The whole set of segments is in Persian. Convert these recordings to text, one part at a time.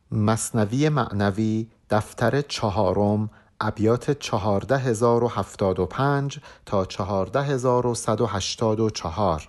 مثنوی معنوی دفتر 4 ابیات 14075 تا 14184.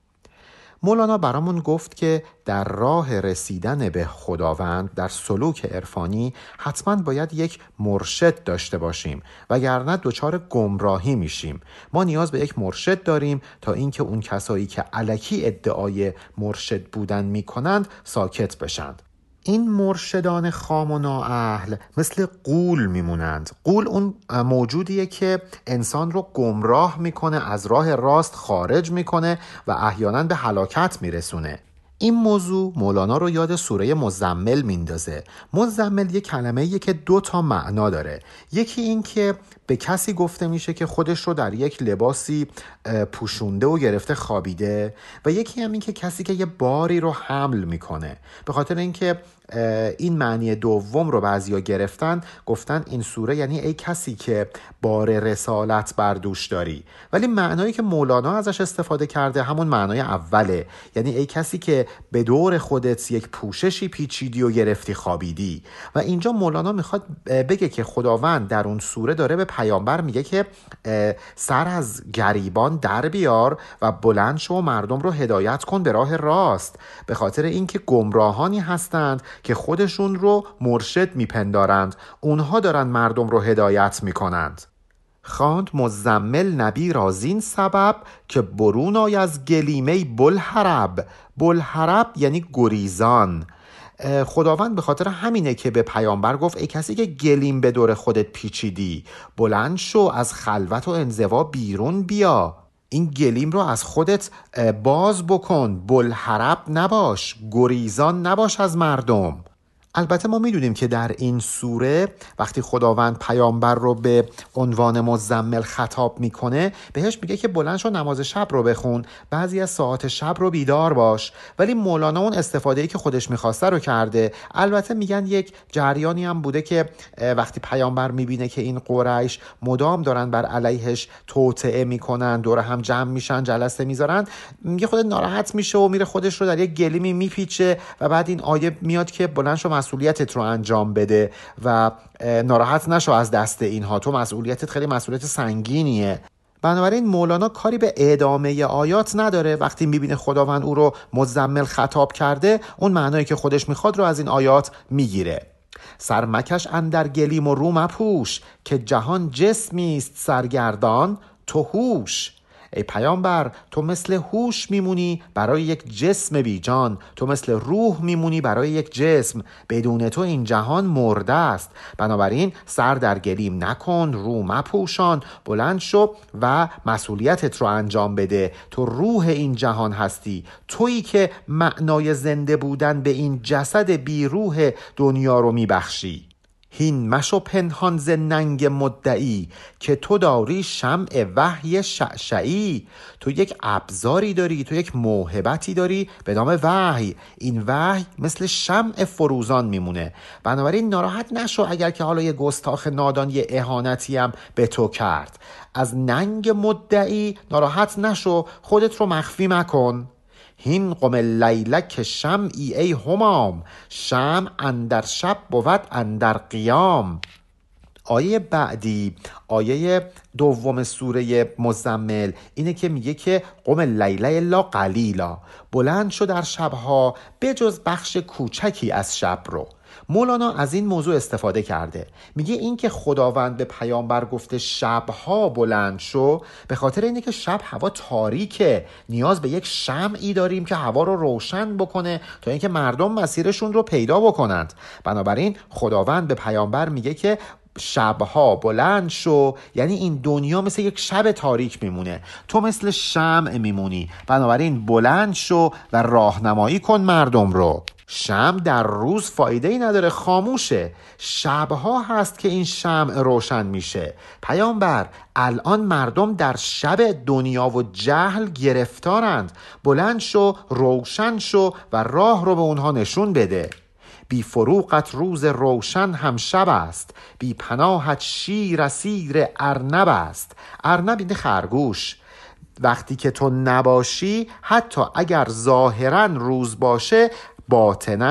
مولانا برامون گفت که در راه رسیدن به خداوند در سلوک عرفانی حتما باید یک مرشد داشته باشیم، وگرنه دچار گمراهی میشیم. ما نیاز به یک مرشد داریم تا اینکه اون کسایی که الکی ادعای مرشد بودن میکنند ساکت بشند. این مرشدان خام و نااهل مثل غول میمونند. غول اون موجودیه که انسان رو گمراه میکنه، از راه راست خارج میکنه و احیانا به هلاکت میرسونه. این موضوع مولانا رو یاد سوره مزمل میندازه. مزمل یه کلمه‌ایه که 2 معنا داره. یکی این که به کسی گفته میشه که خودش رو در یک لباسی پوشونده و گرفته خوابیده، و یکی هم این که کسی که یه باری رو حمل میکنه. به خاطر اینکه این معنی دوم رو بعضیا گرفتن، گفتن این سوره یعنی ای کسی که بار رسالت بر دوش داری، ولی معنایی که مولانا ازش استفاده کرده همون معنای اوله، یعنی ای کسی که به دور خودت یک پوششی پیچیدی و گرفتی خوابیدی. و اینجا مولانا میخواد بگه که خداوند در اون سوره داره به پیامبر میگه که سر از گریبان در بیار و بلند شو و مردم رو هدایت کن به راه راست، به خاطر اینکه گمراهانی هستند که خودشون رو مرشد میپندارند، اونها دارن مردم رو هدایت میکنند. خواند مزمل نبی را زین سبب که برون آی از گلیمه بلحرب. بلحرب یعنی گریزان. خداوند به خاطر همینه که به پیامبر گفت ای کسی که گلیم به دور خودت پیچیدی، بلند شو، از خلوت و انزوا بیرون بیا، این گلیم رو از خودت باز بکن، بلحرب نباش، گریزان نباش از مردم. البته ما میدونیم که در این سوره وقتی خداوند پیامبر رو به عنوان مزمل خطاب میکنه، بهش میگه که بلند شو نماز شب رو بخون، بعضی از ساعات شب رو بیدار باش. ولی مولانا اون استفاده‌ای که خودش میخواسته رو کرده. البته میگن یک جریانی هم بوده که وقتی پیامبر میبینه که این قریش مدام دارن بر علیهش توطئه میکنن، دور هم جمع میشن، جلسه میذارن، میگه خودت ناراحت میشه و میره خودش رو در یک گلیمی میپیچه و بعد این آیه میاد که بلند شو مسئولیتت رو انجام بده و ناراحت نشو از دست اینها، تو مسئولیتت خیلی مسئولیت سنگینیه. بنابراین مولانا کاری به ادامه آیات نداره. وقتی میبینه خداوند او رو مزمل خطاب کرده، اون معنایی که خودش میخواد رو از این آیات میگیره. سرمکش اندر گلیم و رو مپوش، که جهان جسمی است سرگردان تو هوش. ای پیامبر تو مثل هوش میمونی برای یک جسم بی جان، تو مثل روح میمونی برای یک جسم، بدون تو این جهان مرده است. بنابراین سر در گلیم نکن، رو مپوشان، بلند شو و مسئولیتت رو انجام بده. تو روح این جهان هستی، تویی که معنای زنده بودن به این جسد بی روح دنیا رو میبخشی. هین مشو پنهان ز ننگ مدعی، که تو داری شمع وحی شعشعی. تو یک ابزاری داری، تو یک موهبتی داری به نام وحی. این وحی مثل شمع فروزان میمونه. بنابراین ناراحت نشو اگر که حالا یه گستاخ نادان یه اهانتی هم به تو کرد. از ننگ مدعی ناراحت نشو، خودت رو مخفی مکن. هین قم لیلک شمعی ای همام، شمع اندر شب بود اندر قیام. آیه بعدی، آیه 2 سوره مزمل، اینه که میگه که قم لیله الا قلیلا، بلند شو در شبها بجز بخش کوچکی از شب رو. مولانا از این موضوع استفاده کرده. میگه این که خداوند به پیامبر گفته شبها بلند شو، به خاطر اینه که شب هوا تاریکه، نیاز به یک شمعی داریم که هوا رو روشن بکنه تا اینکه مردم مسیرشون رو پیدا بکنند. بنابراین خداوند به پیامبر میگه که شبها بلند شو، یعنی این دنیا مثل یک شب تاریک میمونه، تو مثل شمع میمونی. بنابراین بلند شو و راهنمایی کن مردم رو. شمع در روز فایده ای نداره، خاموشه. شبها هست که این شمع روشن میشه. پیامبر الان مردم در شب دنیا و جهل گرفتارند، بلند شو، روشن شو و راه رو به اونها نشون بده. بی فروغت روز روشن هم شب است، بی پناهت شیر اسیر ارنب است. ارنب این خرگوش. وقتی که تو نباشی، حتی اگر ظاهرا روز باشه، باطناً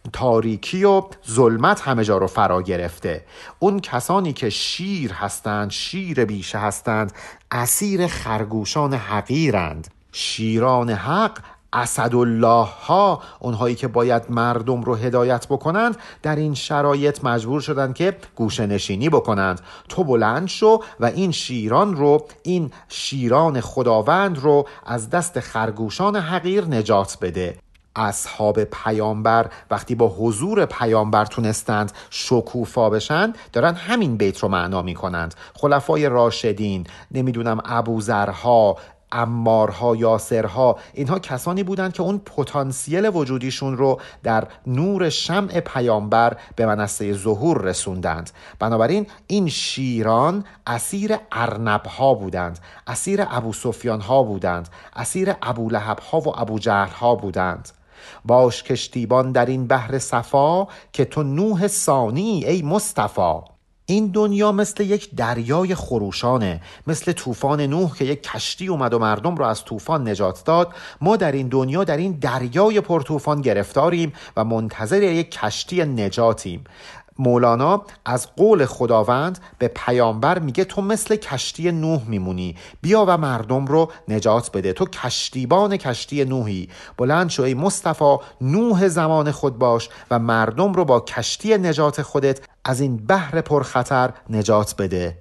تاریکی و ظلمت همه جا رو فرا گرفته. اون کسانی که شیر هستند، شیر بیشه هستند، اسیر خرگوشان حقیرند. شیران حق، اسدالله ها، اونهایی که باید مردم رو هدایت بکنند، در این شرایط مجبور شدند که گوشه نشینی بکنند. تو بلند شو و این شیران رو، این شیران خداوند رو از دست خرگوشان حقیر نجات بده. اصحاب پیامبر وقتی با حضور پیامبر تونستند شکوفا بشن، دارن همین بیت رو معنا می کنند. خلفای راشدین، نمیدونم ابوذرها، عمارها، یاسرها، اینها کسانی بودند که اون پتانسیل وجودیشون رو در نور شمع پیامبر به منصه ظهور رسوندند. بنابراین این شیران اسیر ارنبها بودند، اسیر ابوسفیانها بودند، اسیر ابولهبها و ابوجهلها بودند. باش کشتیبان در این بحر صفا، که تو نوح ثانی ای مصطفی. این دنیا مثل یک دریای خروشانه، مثل طوفان نوح که یک کشتی اومد و مردم رو از طوفان نجات داد. ما در این دنیا در این دریای پرطوفان گرفتاریم و منتظر یک کشتی نجاتیم. مولانا از قول خداوند به پیامبر میگه تو مثل کشتی نوح میمونی، بیا و مردم رو نجات بده. تو کشتیبان کشتی نوحی، بلند شو ای مصطفی، نوح زمان خود باش و مردم رو با کشتی نجات خودت از این بحر پرخطر نجات بده.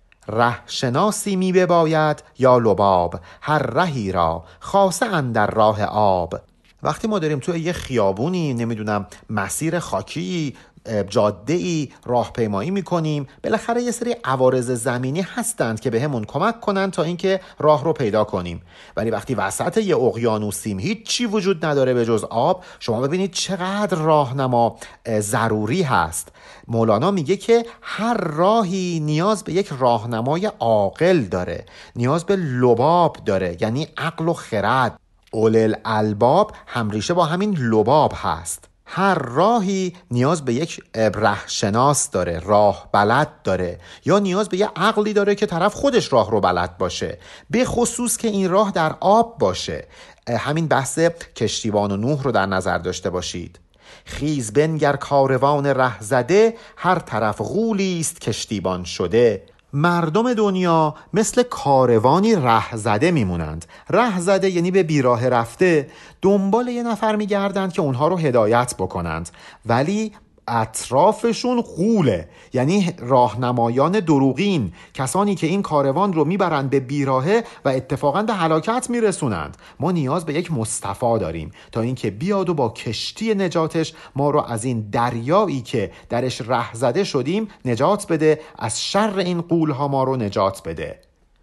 ره شناسی می بباید یا لباب، هر رهی را خاصه اندر راه آب. وقتی ما داریم توی یه خیابونی، نمیدونم مسیر خاکی، جاده‌ای راهپیمایی میکنیم، بالاخره یه سری عوارض زمینی هستند که بهمون کمک کنن تا اینکه راه رو پیدا کنیم. ولی وقتی وسط یه اقیانوسیم، هیچ چی وجود نداره به جز آب، شما ببینید چقدر راهنما ضروری هست. مولانا میگه که هر راهی نیاز به یک راهنمای عاقل داره، نیاز به لباب داره، یعنی عقل و خرد. اولوالالباب همریشه با همین لباب هست. هر راهی نیاز به یک رهشناس داره، راه بلد داره، یا نیاز به یک عقلی داره که طرف خودش راه رو بلد باشه، به خصوص که این راه در آب باشه. همین بحث کشتیبان و نوح رو در نظر داشته باشید. خیز بنگر کاروان ره زده، هر طرف غولی است کشتیبان شده. مردم دنیا مثل کاروانی ره زده میمونند. ره زده یعنی به بیراه رفته، دنبال یه نفر میگردند که اونها رو هدایت بکنند، ولی اطرافشون غوله، یعنی راهنمایان دروغین، کسانی که این کاروان رو میبرند به بیراهه و اتفاقا به هلاکت میرسونند. ما نیاز به یک مصطفی داریم تا اینکه بیاد و با کشتی نجاتش ما رو از این دریایی که درش ره زده شدیم نجات بده، از شر این غولها ما رو نجات بده.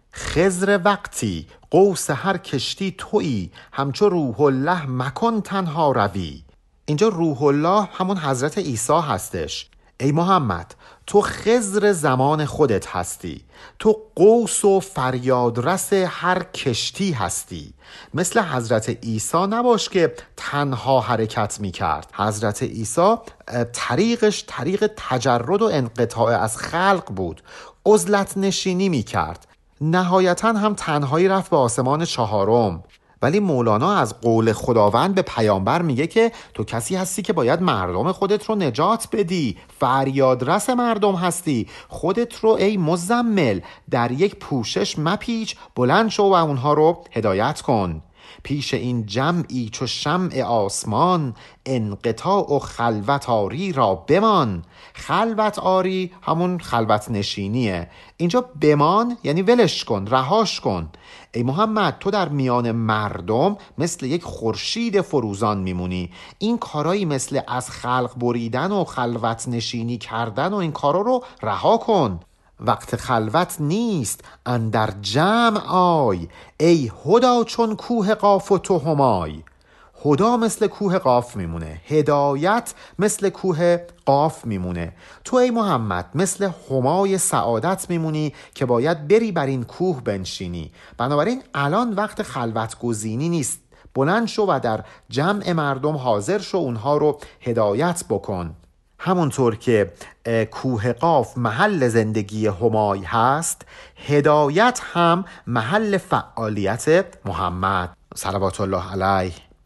خضر وقتی قوس هر کشتی تویی، همچو روح الله مکن تنها روی. اینجا روح الله همون حضرت عیسی هستش. ای محمد، تو خضر زمان خودت هستی، تو قوس و فریادرس هر کشتی هستی. مثل حضرت عیسی نباش که تنها حرکت می کرد. حضرت عیسی طریقش طریق تجرد و انقطاع از خلق بود، عزلت نشینی می کرد. نهایتاً هم تنهایی رفت به آسمان چهارم. ولی مولانا از قول خداوند به پیامبر میگه که تو کسی هستی که باید مردم خودت رو نجات بدی، فریادرس مردم هستی. خودت رو ای مزمل در یک پوشش مپیچ، بلند شو و اونها رو هدایت کن. پیش این جمعی چو شمع آسمان، انقطاع و خلوت آری را بمان. خلوت آری همون خلوت نشینیه، اینجا بمان یعنی ولش کن، رهاش کن. ای محمد، تو در میان مردم مثل یک خورشید فروزان میمونی. این کارایی مثل از خلق بریدن و خلوت نشینی کردن و این کارا رو رها کن. وقت خلوت نیست اندر جمع آی، ای هدا چون کوه قاف و تو همای. هدا مثل کوه قاف میمونه، هدایت مثل کوه قاف میمونه. تو ای محمد مثل همای سعادت میمونی که باید بری بر این کوه بنشینی. بنابراین الان وقت خلوت گزینی نیست، بلند شو و در جمع مردم حاضر شو، اونها رو هدایت بکن. همونطور که کوه قاف محل زندگی همای هست، هدایت هم محل فعالیت محمد صلوات الله علیه.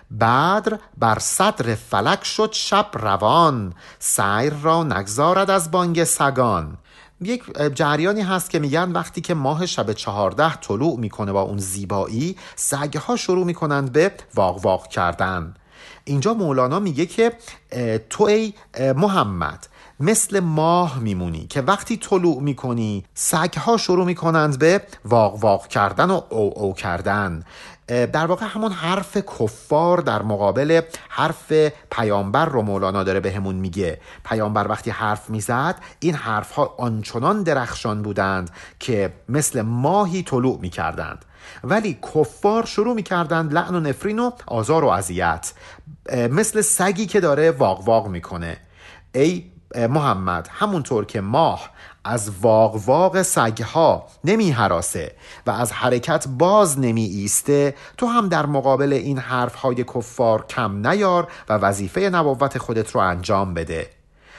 بدر بر صدر فلک شد شب روان، سیر را نگذارد از بانگ سگان. یک جریانی هست که میگن وقتی که ماه شب 14 طلوع میکنه با اون زیبایی، سگها شروع میکنند به واق واق کردن. اینجا مولانا میگه که تو ای محمد مثل ماه میمونی که وقتی طلوع میکنی سگها شروع میکنند به واق واق کردن و او کردن. در واقع همون حرف کفار در مقابل حرف پیامبر رو مولانا داره به همون میگه. پیامبر وقتی حرف میزد این حرفها آنچنان درخشان بودند که مثل ماهی طلوع میکردند، ولی کفار شروع میکردند لعن و نفرین و آزار و اذیت، مثل سگی که داره واق واق میکنه. ای محمد همونطور که ماه از واق واق سگها نمی هراسه و از حرکت باز نمی ایسته، تو هم در مقابل این حرفهای کفار کم نیار و وظیفه نبوت خودت رو انجام بده.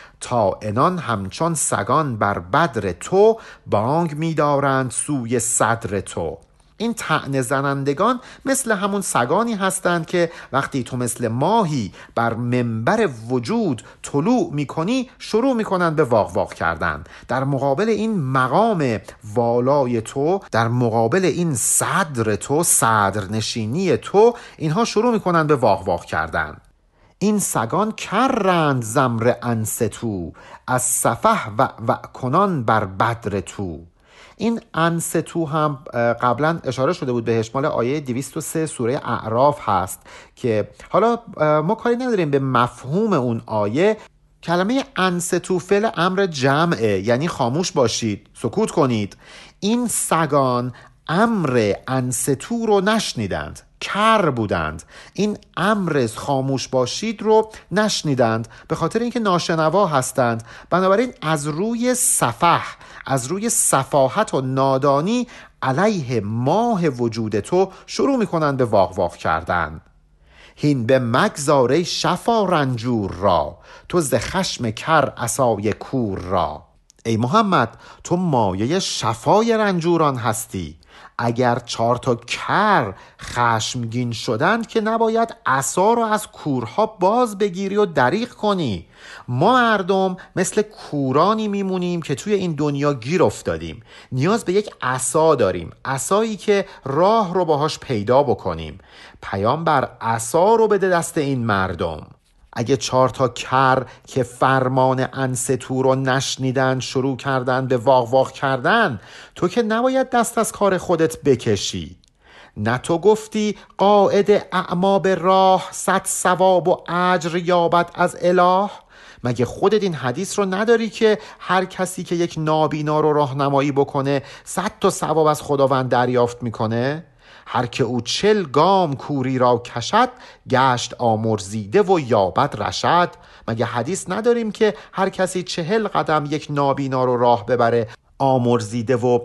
تا انان همچون سگان بر بدر تو، بانگ می دارند سوی صدر تو. این طعنه زنندگان مثل همون سگانی هستند که وقتی تو مثل ماهی بر منبر وجود طلوع میکنی شروع میکنند به واق واق کردن. در مقابل این مقام والای تو، در مقابل این صدر تو، صدرنشینی تو، اینها شروع میکنند به واق واق کردن. این سگان کرند زمر انستو، از صفح و کنان بر بدر تو. این انستو هم قبلا اشاره شده بود بهش، مال آیه 203 سوره اعراف هست که حالا ما کاری نداریم به مفهوم اون آیه. کلمه انستو فعل امر جمعه، یعنی خاموش باشید، سکوت کنید. این سگان امر انستو رو نشنیدند، کر بودند، این امر خاموش باشید رو نشنیدند به خاطر اینکه ناشنوا هستند. بنابراین از روی سفح، از روی سفاهت و نادانی علیه ماه وجود تو شروع میکنند به واق واق کردن. هین به مگذاره شفا رنجور را، تو ز خشم کر عصای کور را. ای محمد تو مایه شفای رنجوران هستی. اگر 4 تا کر خشمگین شدند که نباید عصا رو از کورها باز بگیری و دریغ کنی. ما مردم مثل کورانی میمونیم که توی این دنیا گیر افتادیم، نیاز به یک عصا داریم، عصایی که راه رو باهاش پیدا بکنیم. پیامبر عصا رو بده دست این مردم. اگه 4 تا کر که فرمان انستو رو نشنیدن شروع کردن به واق واق کردن، تو که نباید دست از کار خودت بکشی. نه تو گفتی قائد اعما به راه، 100 ثواب و اجر یابد از اله؟ مگه خودت این حدیث رو نداری که هر کسی که یک نابینا رو راهنمایی بکنه 100 تا ثواب از خداوند دریافت میکنه؟ هر که او 40 گام کوری را کشد، گشت آمرزیده و یابد رشد. مگه حدیث نداریم که هر کسی 40 قدم یک نابینا رو راه ببره آمرزیده و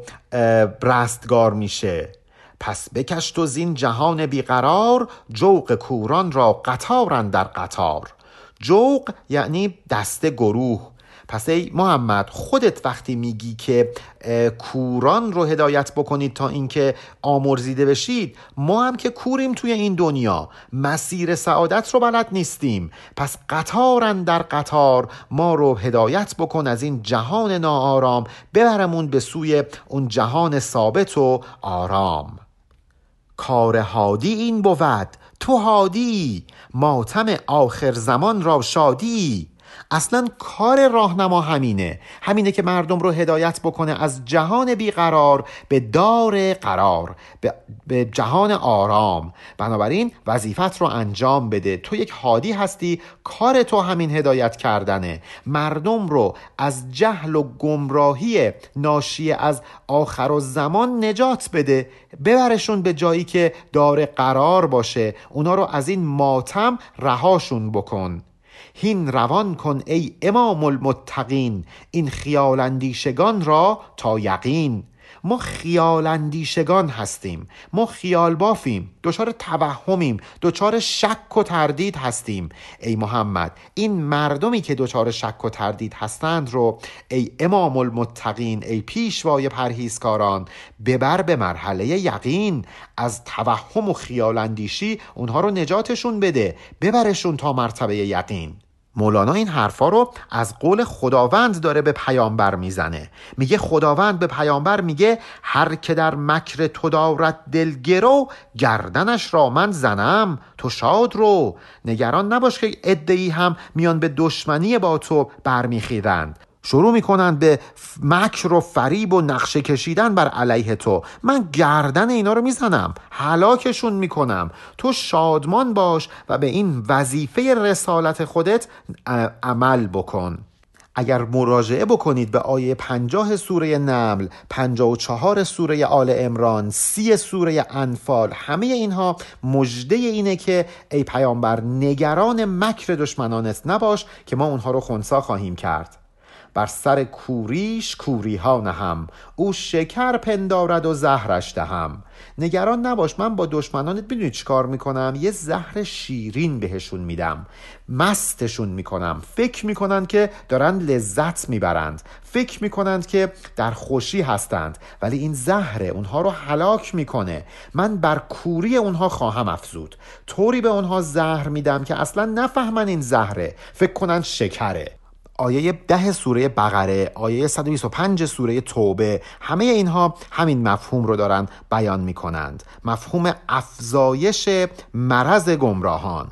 رستگار میشه؟ پس بکش تو زین جهان بیقرار، جوق کوران را قطار اندر قطار. جوق یعنی دسته گروه. پس ای محمد خودت وقتی میگی که کوران رو هدایت بکنید تا اینکه آمرزیده بشید، ما هم که کوریم توی این دنیا، مسیر سعادت رو بلد نیستیم. پس قطار اندر قطار ما رو هدایت بکن از این جهان ناآرام، ببرمون به سوی اون جهان ثابت و آرام. کار هادی این بود تو هادی، ماتم آخر زمان را شادی. اصلا کار راهنما همینه که مردم رو هدایت بکنه از جهان بیقرار به دار قرار، به جهان آرام. بنابراین وظیفت رو انجام بده. تو یک هادی هستی، کار تو همین هدایت کردنه. مردم رو از جهل و گمراهی ناشی از آخر و زمان نجات بده، ببرشون به جایی که دار قرار باشه، اونا رو از این ماتم رهاشون بکن. هین روان کن ای امام المتقین، این خیال اندیشگان را تا یقین. ما خیال اندیشگان هستیم، ما خیال بافیم، دچار توهمیم، دچار شک و تردید هستیم. ای محمد، این مردمی که دچار شک و تردید هستند رو ای امام المتقین، ای پیشوای پرهیزکاران، ببر به مرحله یقین. از توهم و خیال اندیشی اونها رو نجاتشون بده، ببرشون تا مرتبه یقین. مولانا این حرفا رو از قول خداوند داره به پیامبر میزنه. میگه خداوند به پیامبر میگه هر که در مکر تو دارد دلگرو، گردنش را من زنم تو شاد رو. نگران نباش که عده‌ای هم میان به دشمنی با تو برمیخیزند، شروع میکنن به مکر و فریب و نقشه کشیدن بر علیه تو. من گردن اینا رو میزنم، هلاکشون میکنم. تو شادمان باش و به این وظیفه رسالت خودت عمل بکن. اگر مراجعه بکنید به آیه 50 سوره نمل، 54 سوره آل عمران، 30 سوره انفال، همه اینها مژده اینه که ای پیامبر نگران مکر دشمنانت نباش که ما اونها رو خنثی خواهیم کرد. بر سر کوریش کوری ها نهم، او شکر پندارد و زهرش دهم. نگران نباش، من با دشمنانت میدونی چی کار میکنم؟ یه زهر شیرین بهشون میدم، مستشون میکنم. فکر میکنن که دارن لذت میبرند، فکر میکنند که در خوشی هستند، ولی این زهر اونها رو هلاک میکنه. من بر کوری اونها خواهم افزود، طوری به اونها زهر میدم که اصلا نفهمن این زهره، فکر کنن شکره. آیه 10 سوره بقره، آیه 125 سوره توبه، همه اینها همین مفهوم رو دارن بیان میکنند. مفهوم افزایش مرض گمراهان.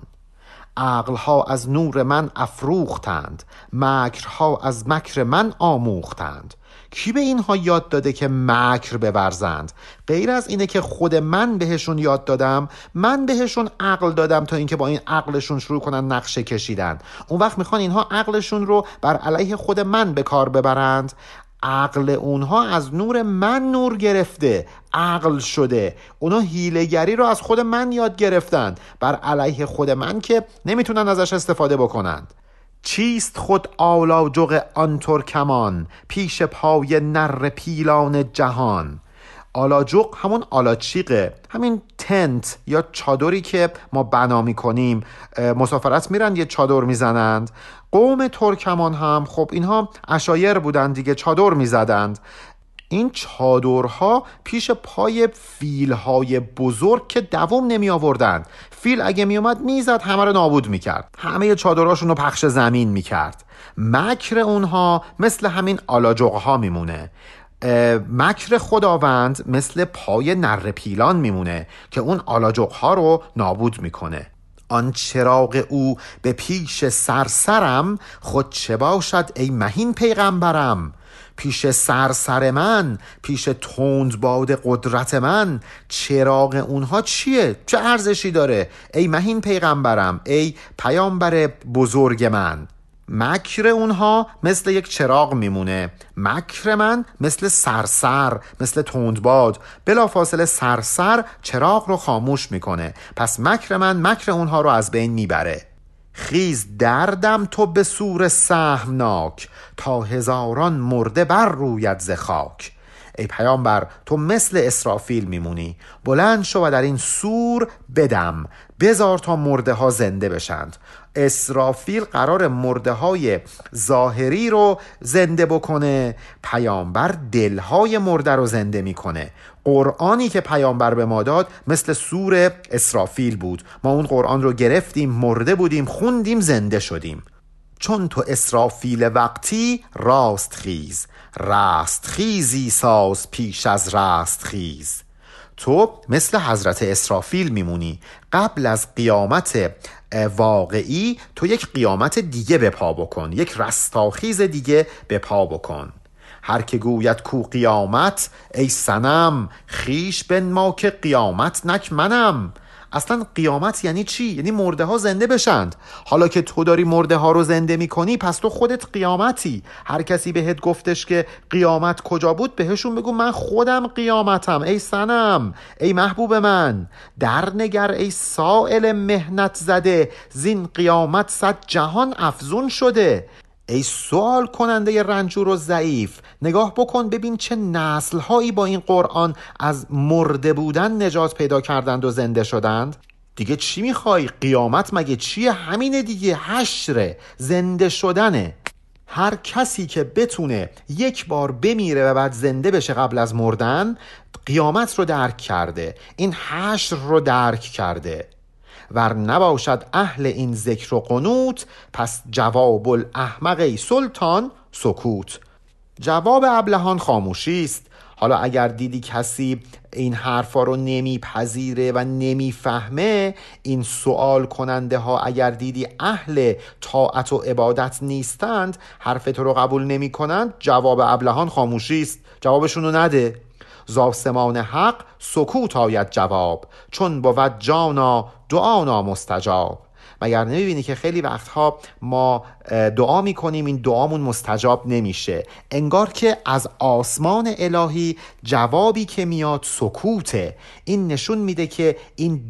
عقلها از نور من افروختند، مکرها از مکر من آموختند. کی به اینها یاد داده که مکر بورزند؟ غیر از اینه که خود من بهشون یاد دادم، من بهشون عقل دادم تا اینکه با این عقلشون شروع کنن نقشه کشیدن. اون وقت میخوان اینها عقلشون رو بر علیه خود من به کار ببرند. عقل اونها از نور من نور گرفته، عقل شده. اونها حیله‌گری رو از خود من یاد گرفتن بر علیه خود من که نمیتونن ازش استفاده بکنند. چیست خود آلاجق آن ترکمان، پیش پای نر پیلان جهان. آلاجق همون آلاچیقه، همین تنت یا چادری که ما بنا می‌کنیم. مسافرت میرن یه چادر میزنند. قوم ترکمان هم خب اینها عشایر بودن دیگه، چادر میزدند. این چادرها پیش پای فیلهای بزرگ که دوام نمی آوردند. فیل اگه می اومد میزد، همه رو نابود میکرد، همه چادرهاشون رو پخش زمین میکرد. مکر اونها مثل همین آلاجقها میمونه. مکر خداوند مثل پای نره پیلان میمونه که اون آلاجقها رو نابود میکنه. آن چراغ او به پیش سرسرم، خود چه باشد ای مهین پیغمبرم. پیش سرسر من، پیش تندباد قدرت من، چراغ اونها چیه؟ چه ارزشی داره؟ ای مهین پیغمبرم، ای پیامبر بزرگ من. مکر اونها مثل یک چراغ میمونه، مکر من مثل سرسر، مثل تندباد. بلا فاصله سرسر چراغ رو خاموش میکنه، پس مکر من مکر اونها رو از بین میبره. خیز دردم تو به سور سهمناک، تا هزاران مرده بر رویت ز خاک. ای پیامبر تو مثل اسرافیل میمونی، بلند شو و در این سور بدم، بذار تا مرده ها زنده بشند. اسرافیل قرار مرده های ظاهری رو زنده بکنه، پیامبر دلهای مرده رو زنده میکنه. قرآنی که پیامبر به ما داد مثل سور اسرافیل بود. ما اون قرآن رو گرفتیم، مرده بودیم، خوندیم، زنده شدیم. چون تو اسرافیل وقتی راست خیز، راست خیزی ساز پیش از راست خیز. تو مثل حضرت اسرافیل میمونی. قبل از قیامت واقعی تو یک قیامت دیگه به پا بکن، یک رستاخیز دیگه به پا بکن. هر که گوید کو قیامت، ای صنم خیش بنما که قیامت نک منم. اصلا قیامت یعنی چی؟ یعنی مرده ها زنده بشند. حالا که تو داری مرده ها رو زنده می کنی، پس تو خودت قیامتی. هر کسی بهت گفتش که قیامت کجا بود، بهشون بگو من خودم قیامتم. ای صنم، ای محبوب من، در نگر ای سائل مهنت زده، زین قیامت صد جهان افزون شده. ای سوال کننده رنجور و ضعیف، نگاه بکن ببین چه نسل‌هایی با این قرآن از مرده بودن نجات پیدا کردند و زنده شدند. دیگه چی میخوای؟ قیامت مگه چیه؟ همینه دیگه، حشره، زنده شدنه. هر کسی که بتونه یک بار بمیره و بعد زنده بشه قبل از مردن، قیامت رو درک کرده، این حشر رو درک کرده. ور نباشد اهل این ذکر و قنوت، پس جواب الاحمق ای سلطان سکوت. جواب ابلهان خاموشی است. حالا اگر دیدی کسی این حرفا رو نمیپذیره و نمیفهمه، این سوال کننده ها اگر دیدی اهل طاعت و عبادت نیستند، حرف تو رو قبول نمی کنند، جواب ابلهان خاموشی است. جوابشون رو نده. زاسمان حق سکوت آید جواب، چون بود جانا دعانا مستجاب. مگر نمیبینی که خیلی وقتها ما دعا میکنیم، این دعامون مستجاب نمیشه، انگار که از آسمان الهی جوابی که میاد سکوته. این نشون میده که این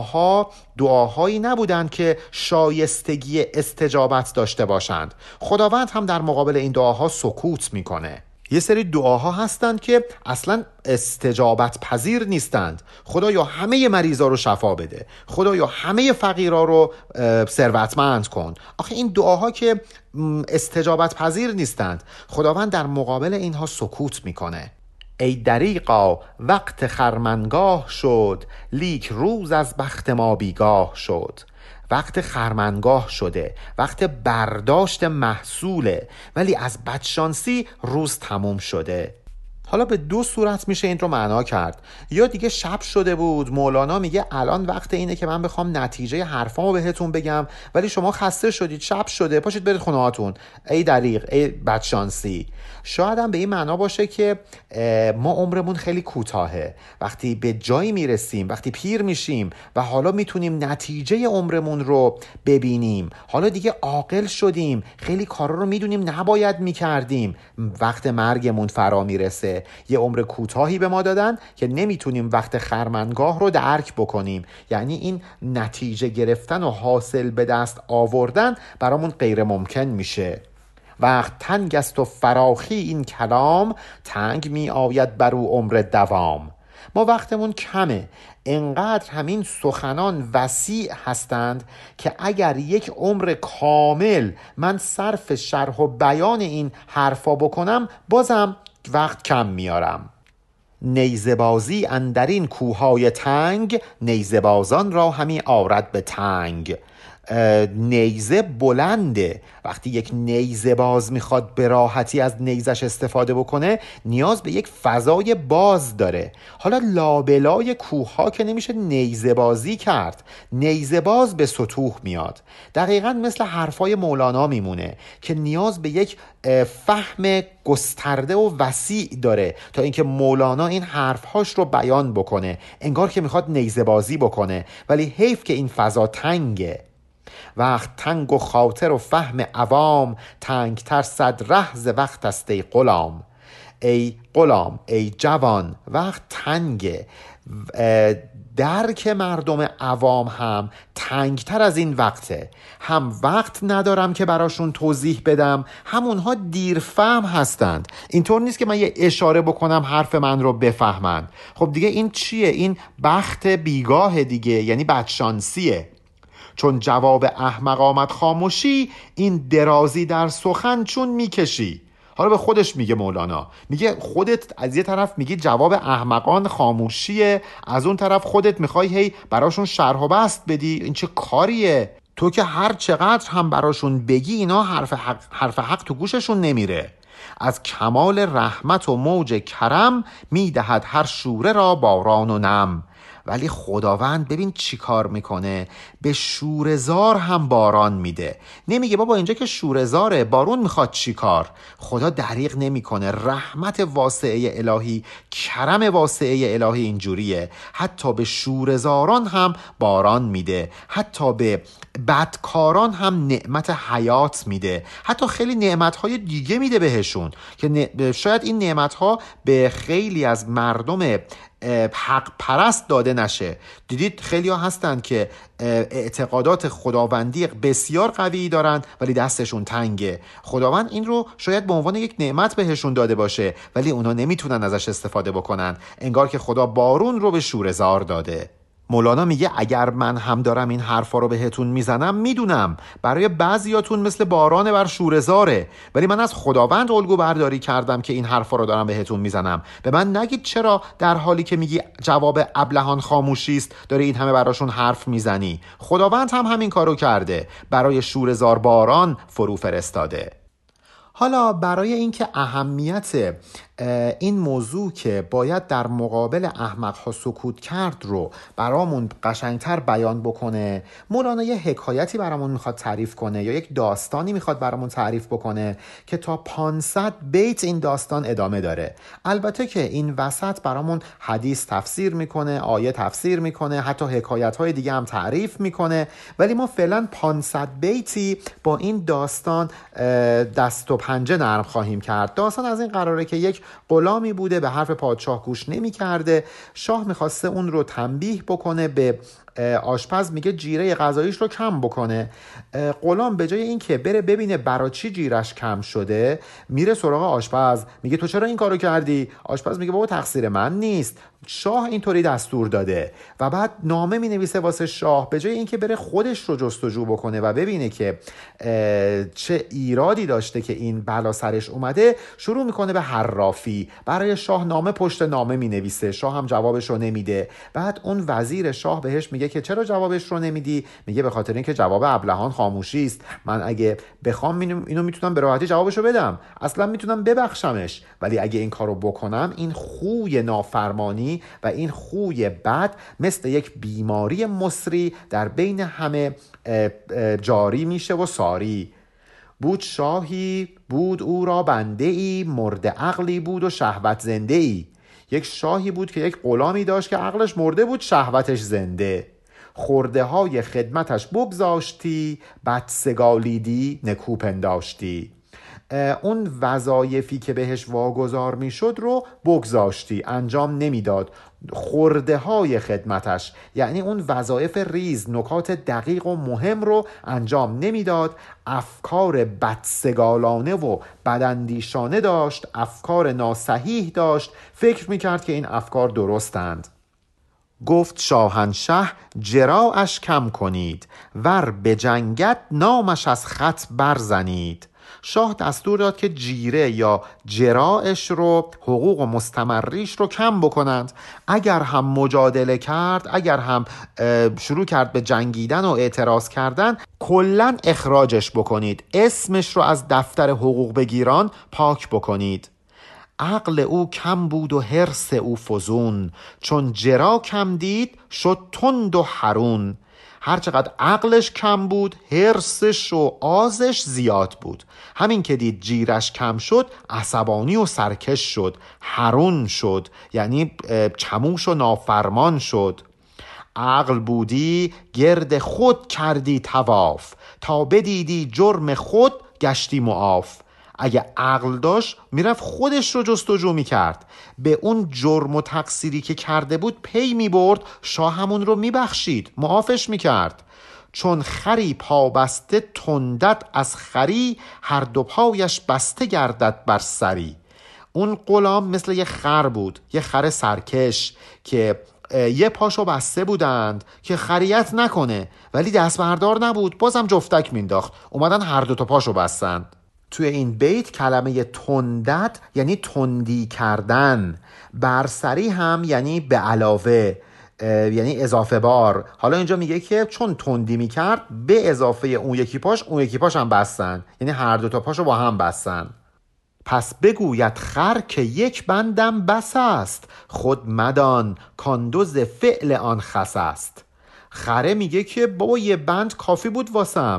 دعاهایی نبودن که شایستگی استجابت داشته باشند. خداوند هم در مقابل این دعاها سکوت میکنه. یه سری دعاها هستند که اصلا استجابت پذیر نیستند. خدایا همه مریضا رو شفا بده، خدایا همه فقیرا رو ثروتمند کن. آخه این دعاها که استجابت پذیر نیستند، خداوند در مقابل اینها سکوت میکنه. ای دریغا وقت خرمنگاه شد، لیک روز از بخت ما بیگاه شد. وقت خرمنگاه شده، وقت برداشت محصوله، ولی از بدشانسی روز تموم شده. حالا به دو صورت میشه این رو معنا کرد. یا دیگه شب شده بود، مولانا میگه الان وقت اینه که من بخوام نتیجه حرفامو بهتون بگم، ولی شما خسته شدید، شب شده، پاشید برید خونه هاتون. ای دریغ، ای بدشانسی. شاید هم به این معنا باشه که ما عمرمون خیلی کوتاهه، وقتی به جایی میرسیم، وقتی پیر میشیم و حالا میتونیم نتیجه عمرمون رو ببینیم، حالا دیگه عاقل شدیم، خیلی کارا رو میدونیم نباید میکردیم، وقت مرگمون فرا میرسه. یه عمر کوتاهی به ما دادن که نمیتونیم وقت خرمنگاه رو درک بکنیم، یعنی این نتیجه گرفتن و حاصل به دست آوردن برامون غیر ممکن میشه. وقت تنگ است و فراخی این کلام، تنگ می آید بر او عمر دوام. ما وقتمون کمه، انقدر همین سخنان وسیع هستند که اگر یک عمر کامل من صرف شرح و بیان این حرفا بکنم، بازم وقت کم میارم. نیزه بازی اندرین کوههای تنگ، نیزه بازان را همی آرد به تنگ. نیزه بلنده، وقتی یک نیزه باز میخواد به راحتی از نیزش استفاده بکنه، نیاز به یک فضای باز داره. حالا لابلای کوه ها که نمیشه نیزه بازی کرد، نیزه باز به سطوح میاد. دقیقاً مثل حرفای مولانا میمونه که نیاز به یک فهم گسترده و وسیع داره تا اینکه مولانا این حرفهاش رو بیان بکنه، انگار که میخواد نیزه بازی بکنه، ولی حیف که این فضا تنگه. وقت تنگ و خاطر و فهم عوام، تنگ تر صد ره ز وقت است ای غلام. ای غلام، ای جوان، وقت تنگه. درک مردم عوام هم تنگتر از این وقته. هم وقت ندارم که براشون توضیح بدم، همونها دیرفهم هستند. اینطور نیست که من یه اشاره بکنم حرف من رو بفهمن. خب دیگه این چیه؟ این بخت بیگاه دیگه، یعنی بدشانسیه. چون جواب احمق آمد خاموشی، این درازی در سخن چون میکشی. حالا به خودش میگه مولانا، میگه خودت از یه طرف میگی جواب احمقان خاموشیه، از اون طرف خودت میخوای هی براشون شرح و بسط بدی. این چه کاریه؟ تو که هر چقدر هم براشون بگی، اینا حرف حق تو گوششون نمیره. از کمال رحمت و موج کرم، میدهد هر شوره را باران و نم. ولی خداوند ببین چی کار میکنه، به شوره‌زار هم باران میده. نمیگه بابا اینجا که شوره‌زاره، بارون میخواد چی کار؟ خدا دریغ نمیکنه. رحمت واسعه الهی، کرم واسعه الهی اینجوریه، حتی به شوره‌زاران هم باران میده، حتی به بدکاران هم نعمت حیات میده، حتی خیلی نعمتهای دیگه میده بهشون که شاید این نعمتها به خیلی از مردم حق پرست داده نشه. دیدید خیلی ها هستن که اعتقادات خداوندی بسیار قوی دارن ولی دستشون تنگه. خداوند این رو شاید به عنوان یک نعمت بهشون داده باشه ولی اونا نمیتونن ازش استفاده بکنن، انگار که خدا بارون رو به شوره‌زار داده. مولانا میگه اگر من هم دارم این حرفا رو بهتون میزنم، میدونم برای بعضیاتون مثل باران بر شوره‌زاره، ولی من از خداوند الگو برداری کردم که این حرفا رو دارم بهتون میزنم. به من نگید چرا در حالی که میگی جواب ابلهان خاموشی است داری این همه براشون حرف میزنی. خداوند هم همین کارو کرده، برای شوره‌زار باران فرو فرستاده. حالا برای اینکه اهمیت این موضوع که باید در مقابل احمق‌ها سکوت کرد رو برامون قشنگتر بیان بکنه، مولانا یه حکایتی برامون میخواد تعریف کنه یا یک داستانی میخواد برامون تعریف بکنه که تا 500 بیت این داستان ادامه داره. البته که این وسط برامون حدیث تفسیر میکنه، آیه تفسیر میکنه، حتی حکایت‌های دیگه هم تعریف میکنه، ولی ما فعلا 500 بیتی با این داستان دست و پنجه نرم خواهیم کرد. داستان از این قراره که یک غلامی بوده، به حرف پادشاه گوش نمی کرده. شاه میخواسته اون رو تنبیه بکنه، به آشپز میگه جیره غذاییش رو کم بکنه. غلام به جای این که بره ببینه برای چی جیرش کم شده، میره سراغ آشپز، میگه تو چرا این کارو کردی؟ آشپز میگه بابا تقصیر من نیست، شاه اینطوری دستور داده. و بعد نامه مینویسه واسه شاه، به جای اینکه بره خودش رو جستجو بکنه و ببینه که چه ایرادی داشته که این بلا سرش اومده، شروع میکنه به حرافی. برای شاه نامه پشت نامه مینویسه، شاه هم جوابش رو نمیده. بعد اون وزیر شاه بهش میگه که چرا جوابش رو نمیدی؟ میگه به خاطر اینکه جواب ابلهان خاموشی است. من اگه بخوام اینو میتونم به راحتی جوابشو بدم، اصلا میتونم ببخشمش، ولی اگه این کارو بکنم این خوی نافرمانی و این خوی بد مثل یک بیماری مصری در بین همه جاری میشه و ساری. بود شاهی بود او را بنده ای، مرد عقلی بود و شهوت زنده ای. یک شاهی بود که یک غلامی داشت که عقلش مرده بود، شهوتش زنده. خورده های خدمتش بگذاشتی، بد سگالیدی نکو پنداشتی. اون وظایفی که بهش واگذار میشد رو بگذاشتی، انجام نمیداد. خورده های خدمتش یعنی اون وظایف ریز، نکات دقیق و مهم رو انجام نمیداد. افکار بدسگالانه و بداندیشانه داشت، افکار ناصحیح داشت، فکر میکرد که این افکار درستند. گفت شاهنشه جراعش کم کنید، ور به جنگت نامش از خط برزنید. شاه دستور داد که جیره یا جراعش رو، حقوق و مستمریش رو کم بکنند. اگر هم مجادله کرد، اگر هم شروع کرد به جنگیدن و اعتراض کردن، کلن اخراجش بکنید، اسمش رو از دفتر حقوق بگیران پاک بکنید. عقل او کم بود و حرص او فزون، چون جرا کم دید شد تند و حرون. هر چقدر عقلش کم بود، حرصش و آزش زیاد بود. همین که دید جیرش کم شد، عصبانی و سرکش شد، حرون شد، یعنی چموش و نافرمان شد. عقل بودی گرد خود کردی طواف، تا بدیدی جرم خود گشتی معاف. اگه عقل داشت میرفت خودش رو جستجو میکرد، به اون جرم و تقصیری که کرده بود پی میبرد، شاه همون رو میبخشید، معافش میکرد. چون خری پا بسته تندت از خری، هر دو پایش بسته گردد بر سری. اون غلام مثل یه خر بود، یه خر سرکش که یه پاشو بسته بودند که خریت نکنه، ولی دست بردار نبود، بازم جفتک مینداخت، اومدن هر دو تا پاشو بستند. توی این بیت کلمه تندت یعنی تندی کردن، برسری هم یعنی به علاوه، یعنی اضافه بار. حالا اینجا میگه که چون تندی میکرد به اضافه اون یکی پاش هم بستن، یعنی هر دو تا پاشو با هم بستن. پس بگوید خر که یک بندم بس است، خود مدان کاندوز فعل آن خس است. خره میگه که بابا یه بند کافی بود واسم،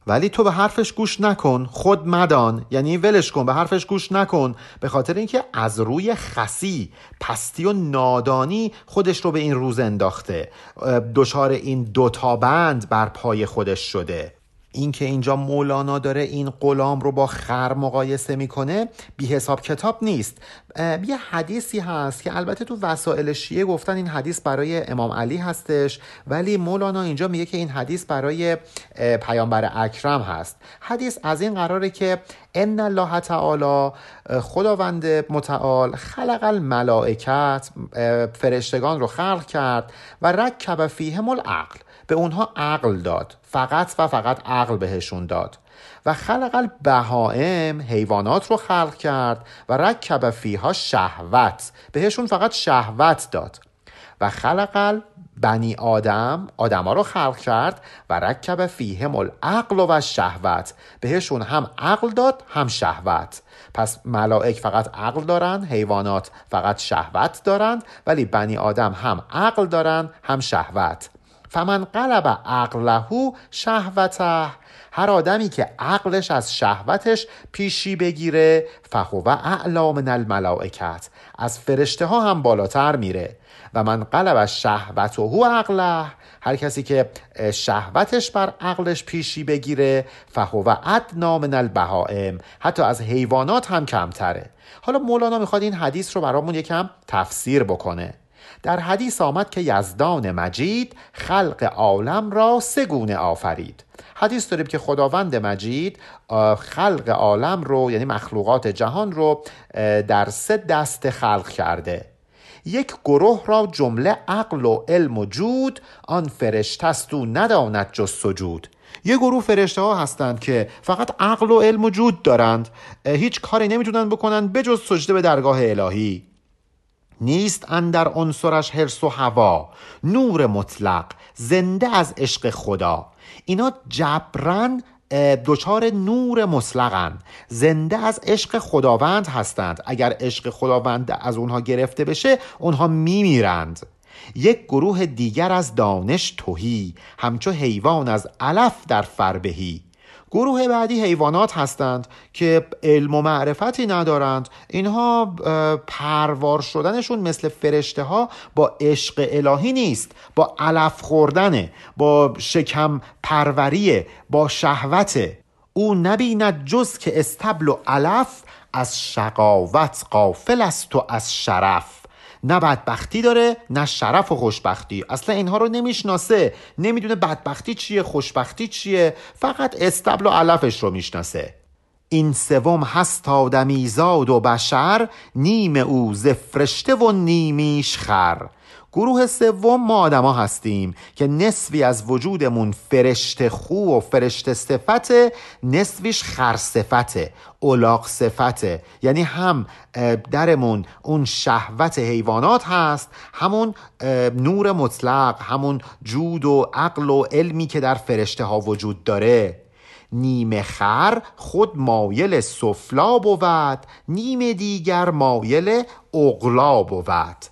ولی تو به حرفش گوش نکن، خود مدان، یعنی ولش کن، به حرفش گوش نکن، به خاطر اینکه از روی خسی، پستی و نادانی خودش رو به این روز انداخته، دچار این دوتا بند بر پای خودش شده. این که اینجا مولانا داره این غلام رو با خر مقایسه میکنه بی حساب کتاب نیست. یه حدیثی هست که البته تو وسائل شیعه گفتن این حدیث برای امام علی هستش، ولی مولانا اینجا میگه که این حدیث برای پیامبر اکرم هست. حدیث از این قراره که ان الله تعالی، خداوند متعال، خلق الملائکت، فرشتگان رو خلق کرد و رکب فیهم العقل، به اونها عقل داد، فقط و فقط عقل بهشون داد. و خلق البهائم، حیوانات رو خلق کرد و رکب فیها شهوت، بهشون فقط شهوت داد. و خلق بنی آدم، آدم ها رو خلق کرد و رکب فیهم العقل و شهوت، بهشون هم عقل داد هم شهوت. پس ملائک فقط عقل دارن، حیوانات فقط شهوت دارن، ولی بنی آدم هم عقل دارن هم شهوت. فمن قلب عقله شهوته، هر آدمی که عقلش از شهوتش پیشی بگیره، فهو اعلی من الملائکت، از فرشته ها هم بالاتر میره. و من قلب شهوته عقله، هر کسی که شهوتش بر عقلش پیشی بگیره، فهو ادنی من البهائم، حتی از حیوانات هم کمتره. حالا مولانا میخواد این حدیث رو برامون یکم تفسیر بکنه. در حدیث آمد که یزدان مجید خلق عالم را سه گونه آفرید. حدیث داریم که خداوند مجید خلق عالم رو، یعنی مخلوقات جهان رو، در سه دسته خلق کرده. یک گروه را جمله عقل و علم و جود، آن فرشته است و نداند جز سجود. یه گروه فرشته ها هستند که فقط عقل و علم و جود دارند، هیچ کاری نمیتونن بکنن بجز سجده به درگاه الهی. نیست اندر عنصرش حرص و هوا، نور مطلق زنده از عشق خدا. اینا جبران دچار نور مطلقن، زنده از عشق خداوند هستند. اگر عشق خداوند از اونها گرفته بشه، اونها میمیرند. یک گروه دیگر از دانش تهی، همچو حیوان از علف در فربهی. گروه بعدی حیوانات هستند که علم و معرفتی ندارند. اینها پروار شدنشون مثل فرشته ها با عشق الهی نیست، با علف خوردنه، با شکم پروریه، با شهوته. او نبیند جز که استبل و علف، از شقاوت غافل است و از شرف. نه بدبختی داره نه شرف و خوشبختی، اصلا اینها رو نمیشناسه، نمیدونه بدبختی چیه خوشبختی چیه، فقط استبل و علفش رو میشناسه. این سوم هست آدمی زاد و بشر، نیم او ز فرشته و نیمیش خر. گروه سوم ما آدما هستیم که نصفی از وجودمون فرشته خو و فرشته صفته، نصفیش خر صفته، الاغ صفته. یعنی هم درمون اون شهوت حیوانات هست، همون نور مطلق، همون جود و عقل و علمی که در فرشته ها وجود داره. نیم خر خود مایل سفلا بود، نیم دیگر مایل اغلا بود.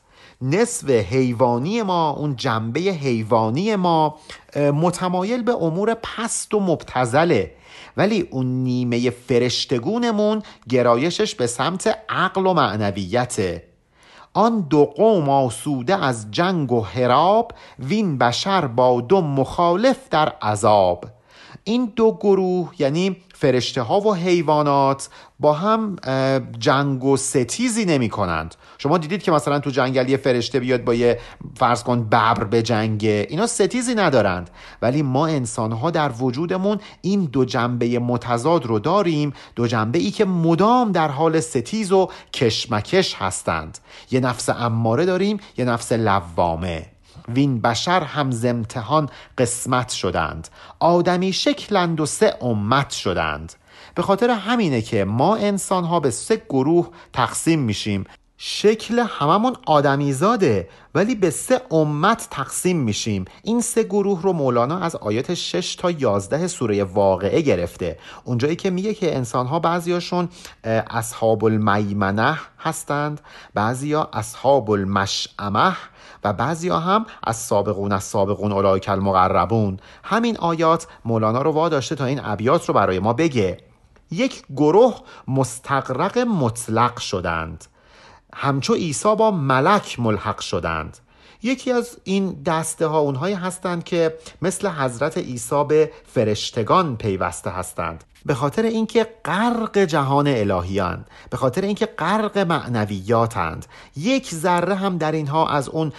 نصف حیوانی ما، اون جنبه حیوانی ما، متمایل به امور پست و مبتذله، ولی اون نیمه فرشتگونمون گرایشش به سمت عقل و معنویته. آن دو قوم آسوده از جنگ و حراب، وین بشر با دو مخالف در عذاب. این دو گروه یعنی فرشته ها و حیوانات با هم جنگ و ستیزی نمی کنند. شما دیدید که مثلا تو جنگل یه فرشته بیاد با یه فرض کن ببر به جنگه، اینا ستیزی ندارند. ولی ما انسان ها در وجودمون این دو جنبه متضاد رو داریم، دو جنبه ای که مدام در حال ستیز و کشمکش هستند. یه نفس اماره داریم، یه نفس لوامه. وین بشر هم ز امتحان قسمت شدند، آدمی شکلند و سه امت شدند. به خاطر همینه که ما انسان ها به سه گروه تقسیم میشیم. شکل هممون آدمیزاده، ولی به 3 امت تقسیم میشیم. این 3 گروه رو مولانا از آیات 6 تا 11 سوره واقعه گرفته، اونجایی که میگه که انسان‌ها بعضیاشون اصحاب المیمنه هستند، بعضیا اصحاب المشأمه و بعضیا هم السابقون اولئک المقربون. همین آیات مولانا رو واداشته تا این ابیات رو برای ما بگه. یک گروه مستغرق مطلق شدند، همچو عیسی با ملک ملحق شدند. یکی از این دسته ها اونهایی هستند که مثل حضرت عیسی به فرشتگان پیوسته هستند، به خاطر اینکه غرق جهان الهیان، به خاطر اینکه غرق معنویاتند. یک ذره هم در اینها از اون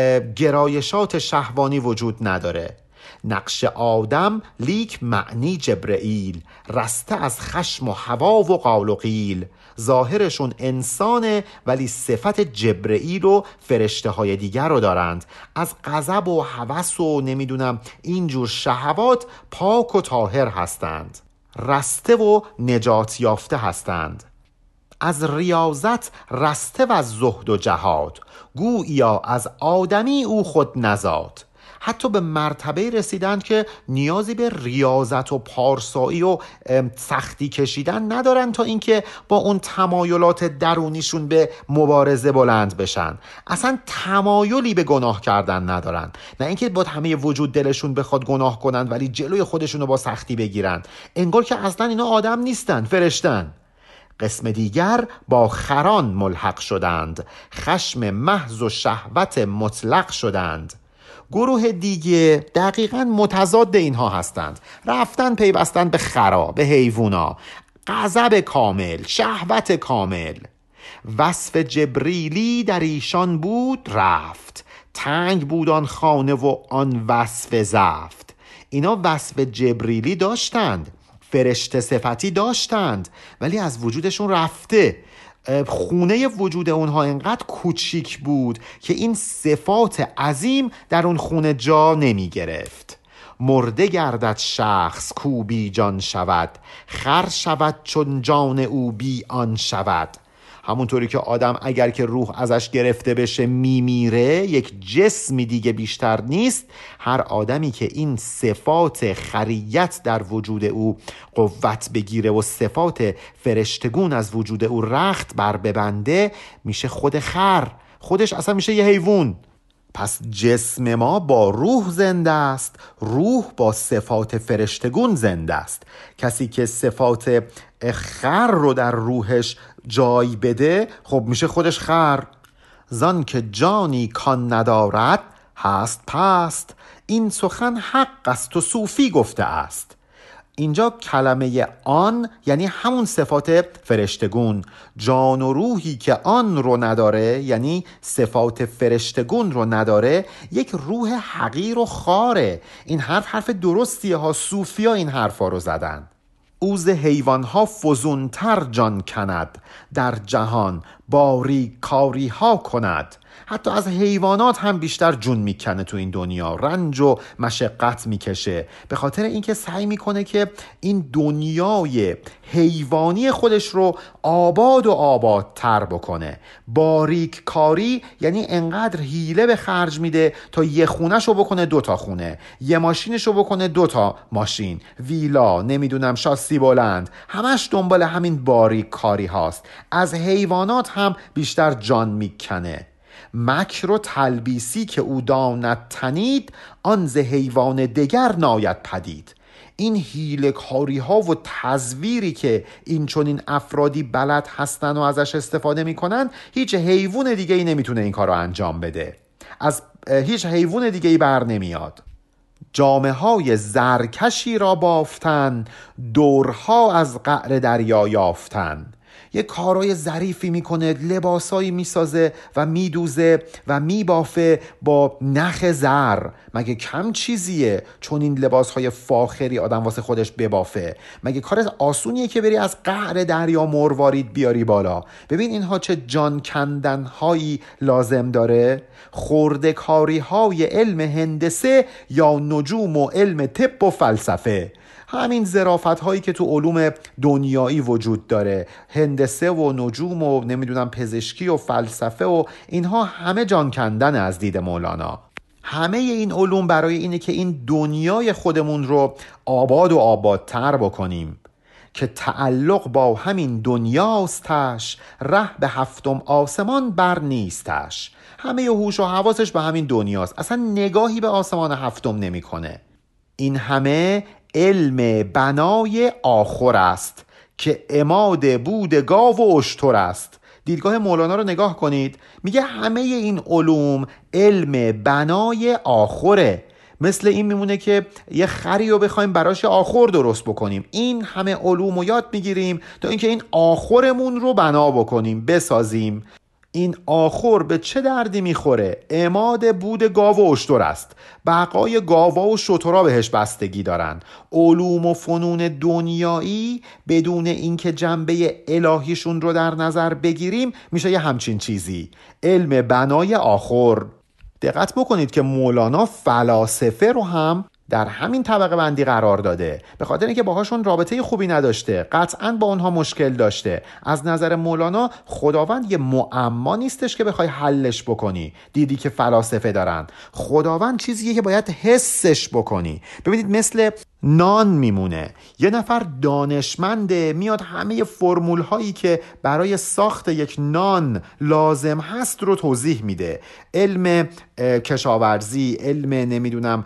گرایشات شهوانی وجود نداره. نقش آدم لیک معنی جبرئیل، رسته از خشم و هوا و قال و قیل. ظاهرشون انسانه ولی صفت جبرئیل و فرشته های دیگر رو دارند. از غضب و هوس و نمیدونم اینجور شهوات پاک و طاهر هستند، رسته و نجات یافته هستند. از ریاضت رسته و از زهد و جهاد، گوییا از آدمی او خود نزاد. حتی به مرتبه رسیدند که نیازی به ریاضت و پارسایی و سختی کشیدن ندارن تا اینکه با اون تمایلات درونیشون به مبارزه بلند بشن. اصلا تمایلی به گناه کردن ندارن، نه اینکه با همه وجود دلشون بخواد گناه کنن ولی جلوی خودشون رو با سختی بگیرن. انگار که اصلا اینا آدم نیستن، فرشتن. قسم دیگر با خران ملحق شدند، خشم محض و شهوت مطلق شدند. گروه دیگه دقیقاً متضاد اینها هستند، رفتن پیوستن به خرا، به حیوونا، غضب کامل، شهوت کامل. وصف جبریلی در ایشان بود رفت، تنگ بود آن خانه و آن وصف زفت. اینا وصف جبریلی داشتند، فرشته صفتی داشتند، ولی از وجودشون رفته. خونه وجود اونها انقدر کوچیک بود که این صفات عظیم در اون خونه جا نمی گرفت. مرده گردد شخص کو بی جان شود، خر شود چون جان او بی آن شود. همونطوری که آدم اگر که روح ازش گرفته بشه میمیره، یک جسمی دیگه بیشتر نیست. هر آدمی که این صفات خریت در وجود او قوت بگیره و صفات فرشتگون از وجود او رخت بر ببنده، میشه خود خر، خودش اصلا میشه یه حیوان. پس جسم ما با روح زنده است، روح با صفات فرشتگون زنده است. کسی که صفات خر رو در روحش جای بده، خب میشه خودش خر. زان که جانی کان ندارد هست پست، این سخن حق است و صوفی گفته است. اینجا کلمه آن یعنی همون صفات فرشتگون. جان و روحی که آن رو نداره، یعنی صفات فرشتگون رو نداره، یک روح حقیر و خاره. این حرف درستیه ها، صوفی ها این حرفا رو زدن. اوز حیوان ها فزونتر جان کند، در جهان باری کاری ها کند. حتی از حیوانات هم بیشتر جون میکنه تو این دنیا، رنج و مشقت میکشه، به خاطر اینکه سعی میکنه که این دنیای حیوانی خودش رو آباد و آبادتر بکنه. باریک کاری یعنی انقدر حیله به خرج میده تا یه خونه‌شو بکنه 2 تا خونه، یه ماشینشو بکنه 2 تا ماشین، ویلا، نمیدونم شاسی بلند، همش دنبال همین باریک کاری هاست. از حیوانات هم بیشتر جان میکنه. مکر و تلبیسی که او داند تنید، آن ز حیوان دگر ناید پدید. این حیله‌کاری ها و تزویری که این چنین افرادی بلد هستن و ازش استفاده میکنن، هیچ حیوان دیگه ای نمیتونه این کار رو انجام بده، از هیچ حیوان دیگه ای بر نمیاد. جامه های زرکشی را بافتن، دورها از قعر دریا یافتن. یه کارای ظریفی میکنه، لباسایی میسازه و میدوزه و میبافه با نخ زر. مگه کم چیزیه چون این لباسهای فاخری آدم واسه خودش ببافه؟ مگه کار آسونیه که بری از قعر دریا مروارید بیاری بالا؟ ببین اینها چه جان کندنهایی لازم داره. خورده کاری های علم هندسه یا نجوم و علم طب و فلسفه، همین ظرافت هایی که تو علوم دنیایی وجود داره، هندسه و نجوم و نمیدونم پزشکی و فلسفه و اینها همه جان کندن از دید مولانا. همه این علوم برای اینه که این دنیای خودمون رو آباد و آبادتر بکنیم که تعلق با همین دنیاستش، ره به هفتم آسمان بر نیستش. همه هوش و حواسش به همین دنیاست، اصلا نگاهی به آسمان هفتم نمیکنه. این همه علم بنای آخر است که عماد بود گاو و اشتر است. دیدگاه مولانا رو نگاه کنید، میگه همه این علوم علم بنای آخره. مثل این میمونه که یه خری رو بخوایم براش آخر درست بکنیم. این همه علوم رو یاد میگیریم تا اینکه این آخرمون رو بنا بکنیم، بسازیم. این آخر به چه دردی میخوره؟ عماد بود گاو و اشتر است. بقای گاوا و شترها بهش بستگی دارن. علوم و فنون دنیایی بدون اینکه جنبه الهیشون رو در نظر بگیریم میشه یه همچین چیزی، علم بنای آخر. دقت بکنید که مولانا فلاسفه رو هم در همین طبقه بندی قرار داده، به خاطر اینکه باهاشون رابطه خوبی نداشته، قطعاً با اونها مشکل داشته. از نظر مولانا خداوند یه معما نیستش که بخوای حلش بکنی. دیدی که فلاسفه دارن، خداوند چیزیه که باید حسش بکنی. ببینید مثل نان میمونه. یه نفر دانشمنده، میاد همه فرمول هایی که برای ساخت یک نان لازم هست رو توضیح میده. علم کشاورزی، علم نمیدونم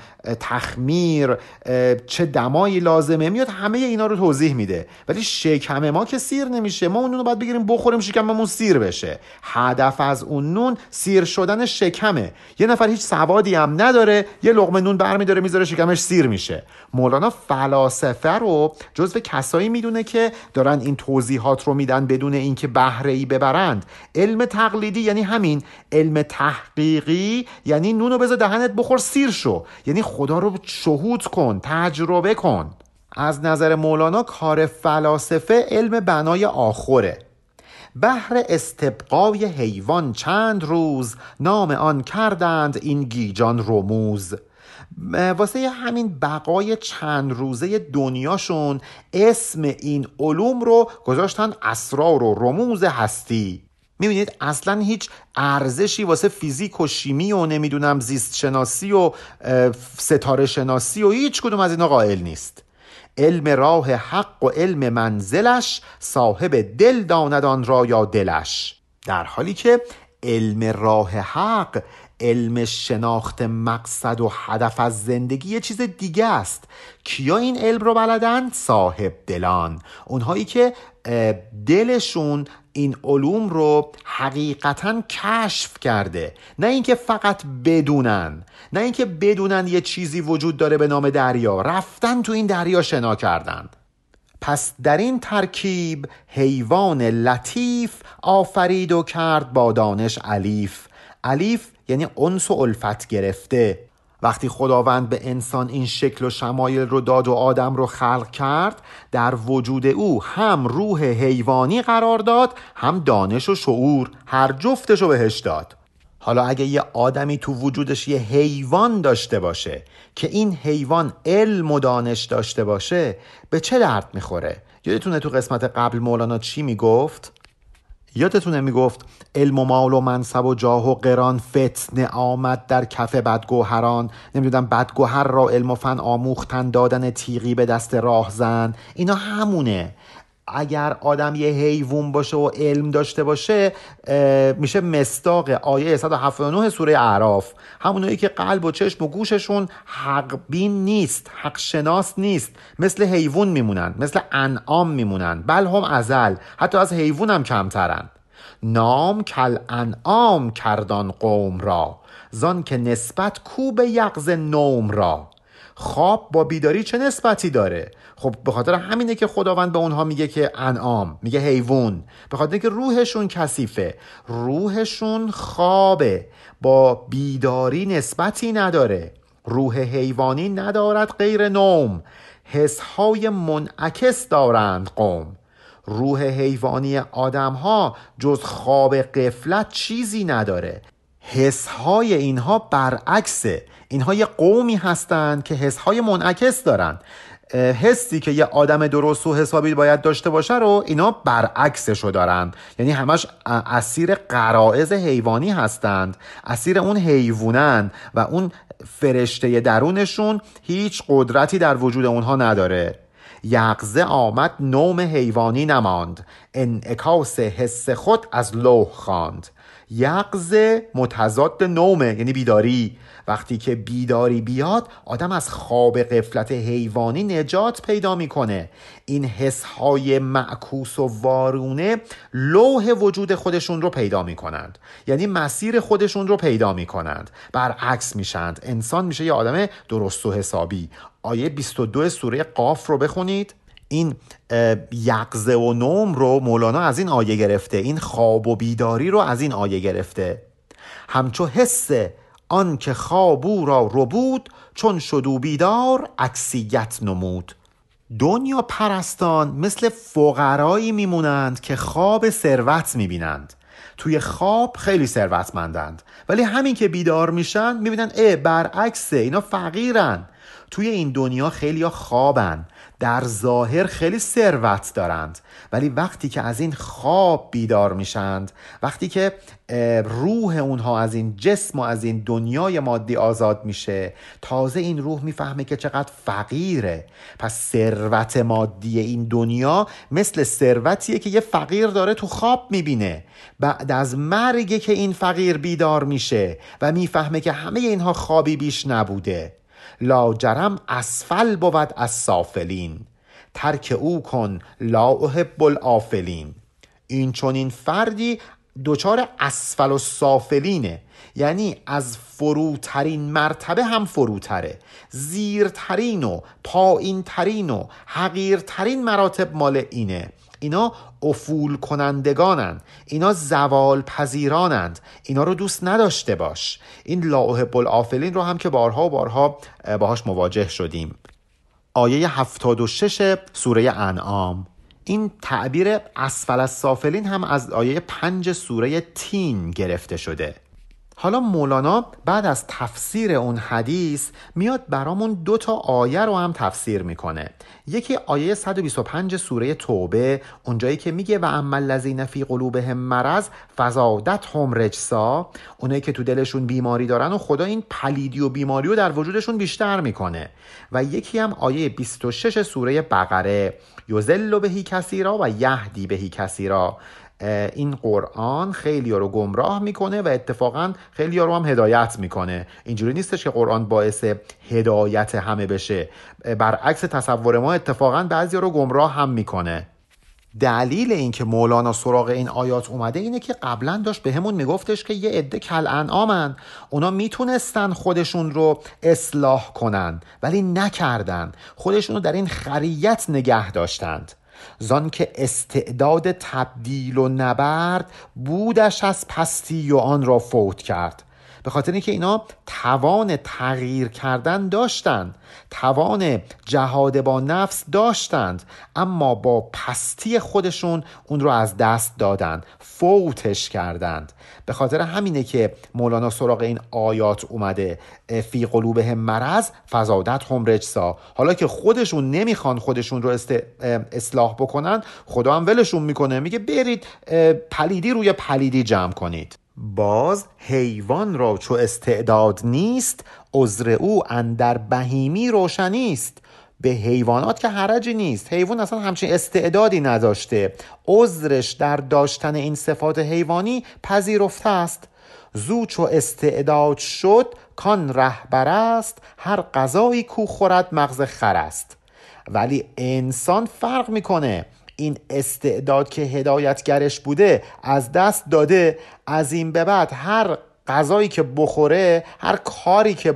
تخمیر، چه دمایی لازمه، میاد همه اینا رو توضیح میده. ولی شکم ما که سیر نمیشه، ما اون نون رو باید بگیریم بخوریم شکممون سیر بشه. هدف از اون نون سیر شدن شکمه. یه نفر هیچ سوادی هم نداره، یه لقمه نون برمی‌داره میذاره شکمش سیر میشه. مولانا فلاسفه رو جزو کسایی میدونه که دارن این توضیحات رو میدن بدون اینکه بهره‌ای ببرند. علم تقلیدی یعنی همین، علم تحقیقی یعنی نونو بذار دهنت بخور سیر شو، یعنی خدا رو شهود کن، تجربه کن. از نظر مولانا کار فلاسفه علم بنای آخره. بهر استبقای حیوان چند روز، نام آن کردند این گیجان رموز. واسه همین بقای چند روزه دنیاشون اسم این علوم رو گذاشتن اسرار و رموز هستی. میبینید اصلا هیچ ارزشی واسه فیزیک و شیمی و نمیدونم زیست شناسی و ستاره شناسی و هیچ کدوم از اینا قائل نیست. علم راه حق و علم منزلش، صاحب دل داند آن را یا دلش. در حالی که علم راه حق، علم شناخت مقصد و هدف از زندگی یه چیز دیگه است. کیا این علم رو بلدن؟ صاحب دلان، اونهایی که دلشون این علوم رو حقیقتاً کشف کرده. نه اینکه فقط بدونن، نه اینکه بدونن یه چیزی وجود داره به نام دریا، رفتن تو این دریا شنا کردن. پس در این ترکیب حیوان لطیف، آفرید و کرد با دانش الیف. الیف یعنی انس و الفت گرفته. وقتی خداوند به انسان این شکل و شمایل رو داد و آدم رو خلق کرد، در وجود او هم روح حیوانی قرار داد، هم دانش و شعور، هر جفتش رو بهش داد. حالا اگه یه آدمی تو وجودش یه حیوان داشته باشه که این حیوان علم و دانش داشته باشه، به چه درد میخوره؟ یادتونه تو قسمت قبل مولانا چی میگفت؟ یادتونه میگفت علم و مال و منصب و جاه و قران، فتنه آمد در کف بدگوهران. نمیدونم بدگوهر را علم و فن آموختن، دادن تیغی به دست راهزن. اینا همونه. اگر آدم یه حیوان باشه و علم داشته باشه، میشه مصداق آیه 179 سوره اعراف. همونایی که قلب و چشم و گوششون حق بین نیست، حق شناس نیست، مثل حیوان میمونن، مثل انعام میمونن، بل هم ازل، حتی از حیوان هم کمترن. نام کل انعام کردان قوم را، زان که نسبت کو به یقظ نوم را. خواب با بیداری چه نسبتی داره؟ خب به خاطر همینه که خداوند به اونها میگه که انعام، میگه حیوان، به خاطر که روحشون کثیفه، روحشون خوابه، با بیداری نسبتی نداره. روح حیوانی ندارد غیر نوم، حسهای منعکس دارند قوم. روح حیوانی آدمها جز خواب غفلت چیزی نداره. حسهای اینها برعکسه. اینها یه قومی هستند که حسهای منعکس دارن. حسی که یه آدم درست و حسابی باید داشته باشه رو اینا برعکسشو دارن، یعنی همش اسیر غرایز حیوانی هستند، اسیر اون حیوانن و اون فرشته درونشون هیچ قدرتی در وجود اونها نداره. یقظه آمد نوم حیوانی نماند، انعکاس حس خود از لوح خواند. یقظه متضاد نومه، یعنی بیداری. وقتی که بیداری بیاد آدم از خواب غفلت حیوانی نجات پیدا میکنه. این حسهای معکوس و وارونه لوح وجود خودشون رو پیدا میکنند، یعنی مسیر خودشون رو پیدا میکنند، برعکس میشند. انسان میشه یه آدم درست و حسابی. آیه 22 سوره قاف رو بخونید. این یقظه و نوم رو مولانا از این آیه گرفته، این خواب و بیداری رو از این آیه گرفته. همچو حس آن که خوابو را ربود، چون شدو بیدار عکسیت نمود. دنیا پرستان مثل فقرایی میمونند که خواب ثروت میبینند. توی خواب خیلی ثروتمندند، ولی همین که بیدار میشن میبینن برعکسه، اینا فقیرن. توی این دنیا خیلی خوابن، در ظاهر خیلی ثروت دارند، ولی وقتی که از این خواب بیدار میشند، وقتی که روح اونها از این جسم و از این دنیای مادی آزاد میشه، تازه این روح میفهمه که چقدر فقیره. پس ثروت مادی این دنیا مثل ثروتیه که یه فقیر داره تو خواب میبینه. بعد از مرگ که این فقیر بیدار میشه و میفهمه که همه اینها خوابی بیش نبوده. لاجرم اسفل بود از سافلین، ترک او کن لا احب الافلین. این چون این فردی دوچار اسفل و سافلینه، یعنی از فروترین مرتبه هم فروتره، زیرترین و پایینترین و حقیرترین مراتب مال اینه. اینا افول کنندگانند، اینا زوال پذیرانند، اینا رو دوست نداشته باش. این لا احب الافلین رو هم که بارها و بارها باهاش مواجه شدیم. آیه 76 سوره انعام. این تعبیر اسفل السافلین هم از آیه 5 سوره تین گرفته شده. حالا مولانا بعد از تفسیر اون حدیث میاد برامون 2 آیه رو هم تفسیر میکنه. یکی آیه 125 سوره توبه، اونجایی که میگه و اما الذین فی قلوبهم مرض فزادتهم رجسا، اونایی که تو دلشون بیماری دارن و خدا این پلیدی و بیماری رو در وجودشون بیشتر میکنه. و یکی هم آیه 26 سوره بقره، یضل بهی کثیرا و یهدی بهی کثیرا. این قرآن خیلی ها رو گمراه میکنه و اتفاقا خیلی ها رو هم هدایت میکنه. اینجوری نیستش که قرآن باعث هدایت همه بشه، برعکس تصور ما اتفاقا بعضی ها رو گمراه هم میکنه. دلیل این که مولانا سراغ این آیات اومده اینه که قبلا داشت به همون میگفتش که یه عده کالانعامن، اونا میتونستن خودشون رو اصلاح کنن ولی نکردن، خودشون رو در این خریت نگه داشتند. زان که استعداد تبدیل و نبرد بودش از پستی و آن را فوت کرد. به خاطر اینکه اینا توان تغییر کردن داشتند، توان جهاد با نفس داشتند، اما با پستی خودشون اون رو از دست دادند، فوتش کردند. به خاطر همینه که مولانا سراغ این آیات اومده، فی قلوبهم مرض فزادتهم رجسا. حالا که خودشون نمیخوان خودشون رو اصلاح بکنن، خدا هم ولشون میکنه، میگه برید پلیدی روی پلیدی جمع کنید. باز حیوان را چو استعداد نیست، عذر او اندر بهیمی روشنیست. به حیوانات که حرجی نیست، حیوان اصلا همچین استعدادی نداشته، عذرش در داشتن این صفات حیوانی پذیرفته است. زو چو استعداد شد کان رهبر است، هر غذایی کو خورد مغز خر است. ولی انسان فرق میکنه، این استعداد که هدایتگرش بوده از دست داده، از این به بعد هر غذایی که بخوره، هر کاری که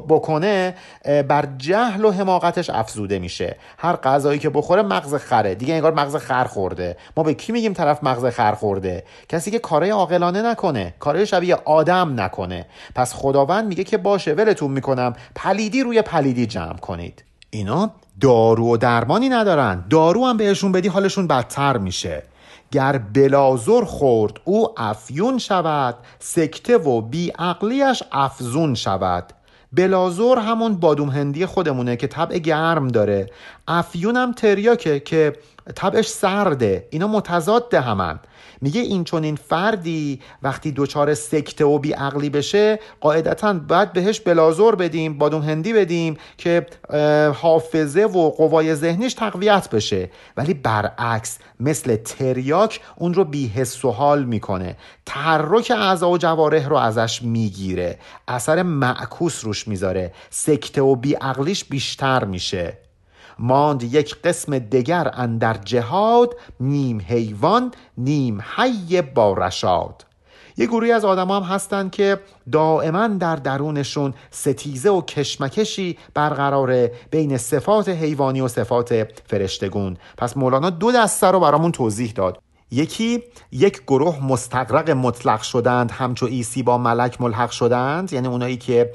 بکنه بر جهل و حماقتش افزوده میشه. هر غذایی که بخوره مغز خره، دیگه انگار مغز خر خورده. ما به کی میگیم طرف مغز خر خورده؟ کسی که کارهای عاقلانه نکنه، کارهای شبیه آدم نکنه. پس خداوند میگه که باشه ولتون میکنم، پلیدی روی پلیدی جمع کنید. اینا دارو و درمانی ندارن، دارو هم بهشون بدی حالشون بدتر میشه. گر بلازر خورد او افیون شود، سکته و بی عقلیش افزون شود. بلازر همون بادوم هندی خودمونه که طبع گرم داره، افیون هم تریاکه که طبعش سرده. اینا متضاد همن. میگه این چون این فردی وقتی دوچار سکته و بیعقلی بشه قاعدتاً باید بهش بلازور بدیم، بادون هندی بدیم که حافظه و قوای ذهنیش تقویت بشه. ولی برعکس مثل تریاک اون رو بی حس و حال میکنه، تحرک اعضا و جوارح رو ازش میگیره، اثر معکوس روش میذاره، سکته و بیعقلیش بیشتر میشه. ماند یک قسم دگر اندر جهاد، نیم حیوان نیم حی با رشاد. یه گروهی از آدم هم هستن که دائما در درونشون ستیزه و کشمکشی برقراره بین صفات حیوانی و صفات فرشتگون. پس مولانا دو دسته رو برامون توضیح داد. یکی یک گروه مستغرق مطلق شدند، همچو عیسی با ملک ملحق شدند، یعنی اونایی که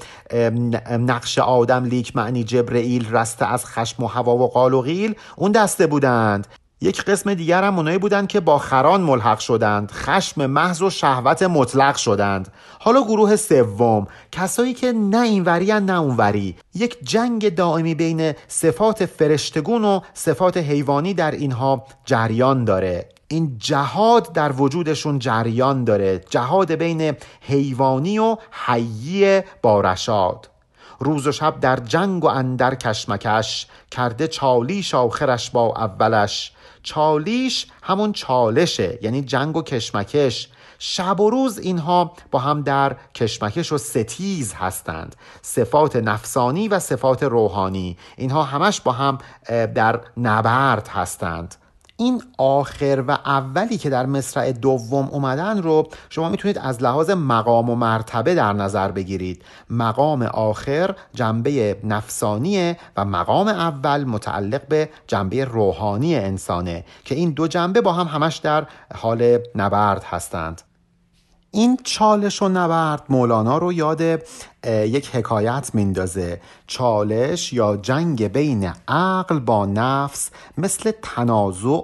نقش آدم لیک معنی جبرئیل رسته از خشم و هوا و قال و قیل، اون دسته بودند. یک قسم دیگر هم اونایی بودند که با خران ملحق شدند، خشم محض و شهوت مطلق شدند. حالا گروه سوم، کسایی که نه اینوری نه اونوری، یک جنگ دائمی بین صفات فرشتگون و صفات حیوانی در اینها جریان داره. این جهاد در وجودشون جریان داره، جهاد بین حیوانی و حیی با رشاد. روز و شب در جنگ و اندر کشمکش، کرده چالیش آخرش با اولش. چالیش همون چالشه، یعنی جنگ و کشمکش. شب و روز اینها با هم در کشمکش و ستیز هستند. صفات نفسانی و صفات روحانی اینها همش با هم در نبرد هستند. این آخر و اولی که در مصرع دوم اومدن رو شما میتونید از لحاظ مقام و مرتبه در نظر بگیرید. مقام آخر جنبه نفسانیه و مقام اول متعلق به جنبه روحانی انسانه که این دو جنبه با هم همش در حال نبرد هستند. این چالش و نبرد مولانا رو یاد یک حکایت میندازه. چالش یا جنگ بین عقل با نفس مثل تنازع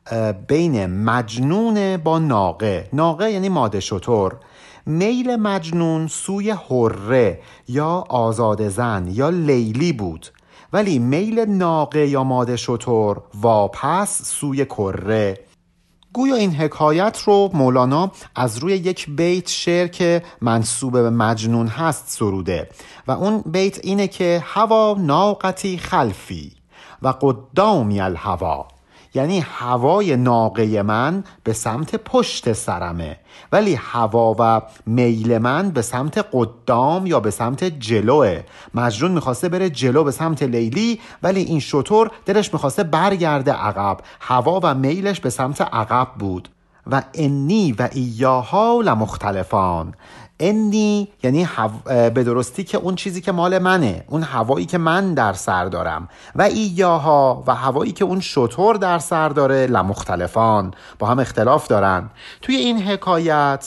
بین مجنون با ناقه. ناقه یعنی ماده شتر. میل مجنون سوی حره یا آزاد زن یا لیلی بود، ولی میل ناقه یا ماده شتر واپس سوی کره. گویا این حکایت رو مولانا از روی یک بیت شعر که منسوب به مجنون هست سروده و اون بیت اینه که هوا ناقتی خلفی و قدامی الهوا، یعنی هوای ناقه من به سمت پشت سرمه ولی هوا و میل من به سمت قدام یا به سمت جلوه. مجنون میخواسته بره جلو به سمت لیلی ولی این شتر دلش میخواسته برگرده عقب، هوا و میلش به سمت عقب بود. و انی و ایاها لمختلفان. انی یعنی به درستی که اون چیزی که مال منه، اون هوایی که من در سر دارم، و ایاها و هوایی که اون شتر در سر داره لمختلفان، با هم اختلاف دارن. توی این حکایت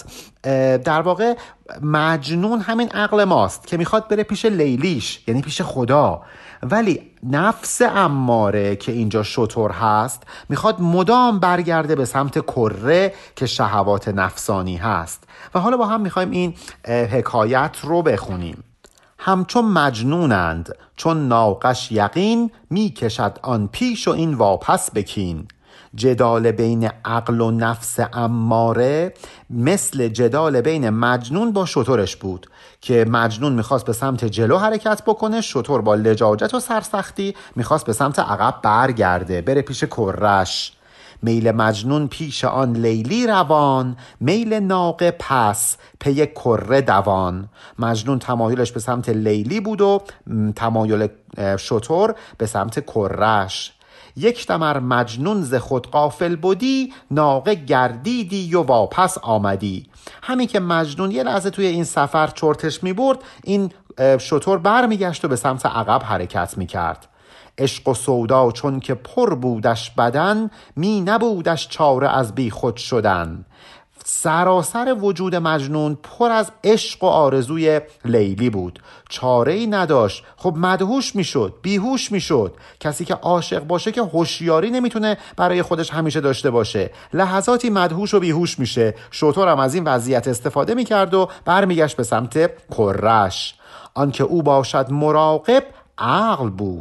در واقع مجنون همین عقل ماست که میخواد بره پیش لیلیش، یعنی پیش خدا، ولی نفس اماره که اینجا شتر هست میخواد مدام برگرده به سمت کره که شهوات نفسانی هست. و حالا با هم میخوایم این حکایت رو بخونیم. همچون مجنونند چون ناقش یقین، میکشد آن پیش و این واپس بکین. جدال بین عقل و نفس اماره مثل جدال بین مجنون با شترش بود که مجنون میخواست به سمت جلو حرکت بکنه، شتر با لجاجت و سرسختی میخواست به سمت عقب برگرده بره پیش کرش. میل مجنون پیش آن لیلی روان، میل ناقه پس پی کره دوان. مجنون تمایلش به سمت لیلی بود و تمایل شتر به سمت کرش. یک دمر مجنون ز خود غافل بودی، ناقه گردیدی و واپس آمدی. همین که مجنون یه لحظه توی این سفر چرتش می برد، این شتر بر می گشت و به سمت عقب حرکت می کرد. عشق و سودا چون که پر بودش بدن، می نبودش چاره از بی خود شدن. سراسر وجود مجنون پر از عشق و آرزوی لیلی بود، چاره‌ای نداشت. خب مدهوش میشد، بیهوش میشد. کسی که عاشق باشه که هوشیاری نمیتونه برای خودش همیشه داشته باشه، لحظاتی مدهوش و بیهوش میشه. شتر هم از این وضعیت استفاده میکرد و برمیگشت به سمت کرش. آن که او باشد مراقب عقل بود،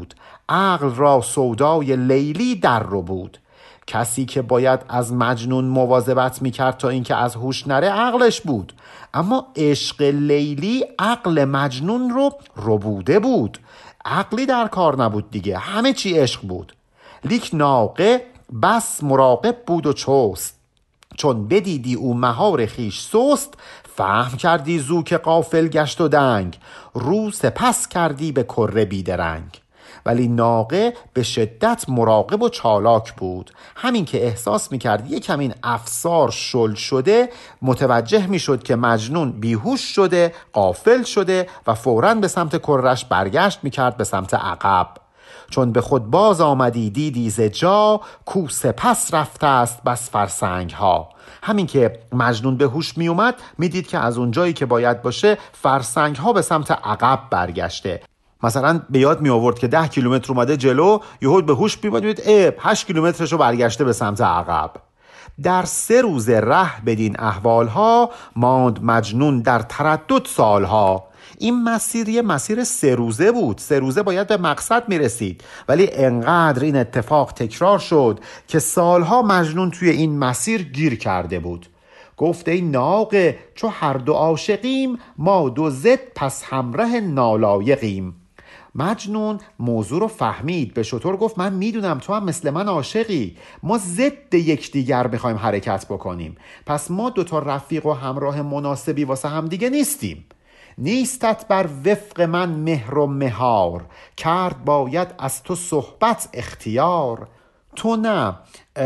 عقل را سودای لیلی در رو بود. کسی که باید از مجنون مواظبت میکرد تا اینکه از هوش نره عقلش بود، اما عشق لیلی عقل مجنون رو ربوده بود. عقلی در کار نبود دیگه، همه چی عشق بود. لیک ناقه بس مراقب بود و چست، چون بدیدی او مهار خیش سست. فهم کردی زو که غافل گشت و دنگ، رو سپس کردی به کره بیدرنگ. ولی ناقه به شدت مراقب و چالاک بود. همین که احساس میکرد یک کمین افسار شل شده، متوجه میشد که مجنون بیهوش شده، غافل شده و فوراً به سمت کره‌اش برگشت میکرد، به سمت عقب. چون به خود باز آمدی دیدی ز جا، کو سپس رفته است بس فرسنگ ها. همین که مجنون به هوش می اومد، میدید که از اون جایی که باید باشه فرسنگ ها به سمت عقب برگشته. مثلا به یاد می آورد که 10 کیلومتر اومده جلو، یهو به هوش میاد 8 کیلومترشو برگشته به سمت عقب. در 3 روز ره بدین احوالها، ماند مجنون در تردد سالها. این مسیر یه مسیر 3 روزه بود، 3 روزه باید به مقصد میرسید، ولی انقدر این اتفاق تکرار شد که سالها مجنون توی این مسیر گیر کرده بود. گفت ای ناقه چو هر دو عاشقیم، ما دو ضد پس همره نالایقیم. مجنون موضوع رو فهمید، به شتر گفت من میدونم تو هم مثل من عاشقی، ما ضد یکدیگر میخوایم حرکت بکنیم، پس ما دوتا رفیق و همراه مناسبی واسه هم دیگه نیستیم. نیستت بر وفق من مهر و مهار، کرد باید از تو صحبت اختیار. تو نه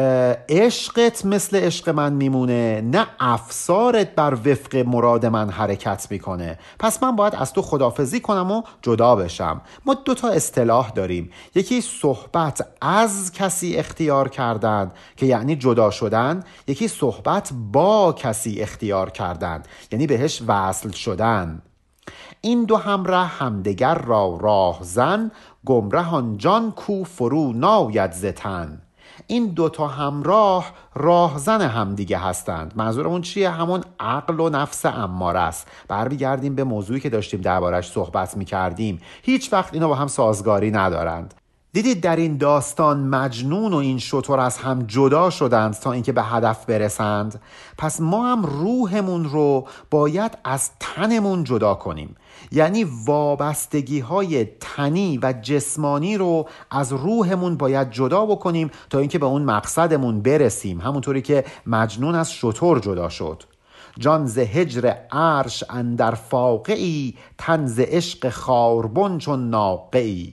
عشقت مثل عشق من میمونه، نه افسارت بر وفق مراد من حرکت میکنه، پس من باید از تو خداحافظی کنم و جدا بشم. ما 2 تا اصطلاح داریم، یکی صحبت از کسی اختیار کردن که یعنی جدا شدن، یکی صحبت با کسی اختیار کردن یعنی بهش وصل شدن. این 2 همراه همدیگر را راه زن، گمرهان جان کو فرو ناید ز تن. این 2 تا همراه راهزن همدیگه هستند. منظورمون چیه؟ همون عقل و نفس اماره است. برمیگردیم به موضوعی که داشتیم دربارش صحبت میکردیم، هیچ وقت اینا با هم سازگاری ندارند. دیدید در این داستان مجنون و این شتر از هم جدا شدند تا اینکه به هدف برسند. پس ما هم روحمون رو باید از تنمون جدا کنیم، یعنی وابستگی های تنی و جسمانی رو از روحمون باید جدا بکنیم تا اینکه به اون مقصدمون برسیم، همونطوری که مجنون از شتر جدا شد. جان ز هجر عرش اندر فاقعی، تن ز عشق خاربن چون ناقعی.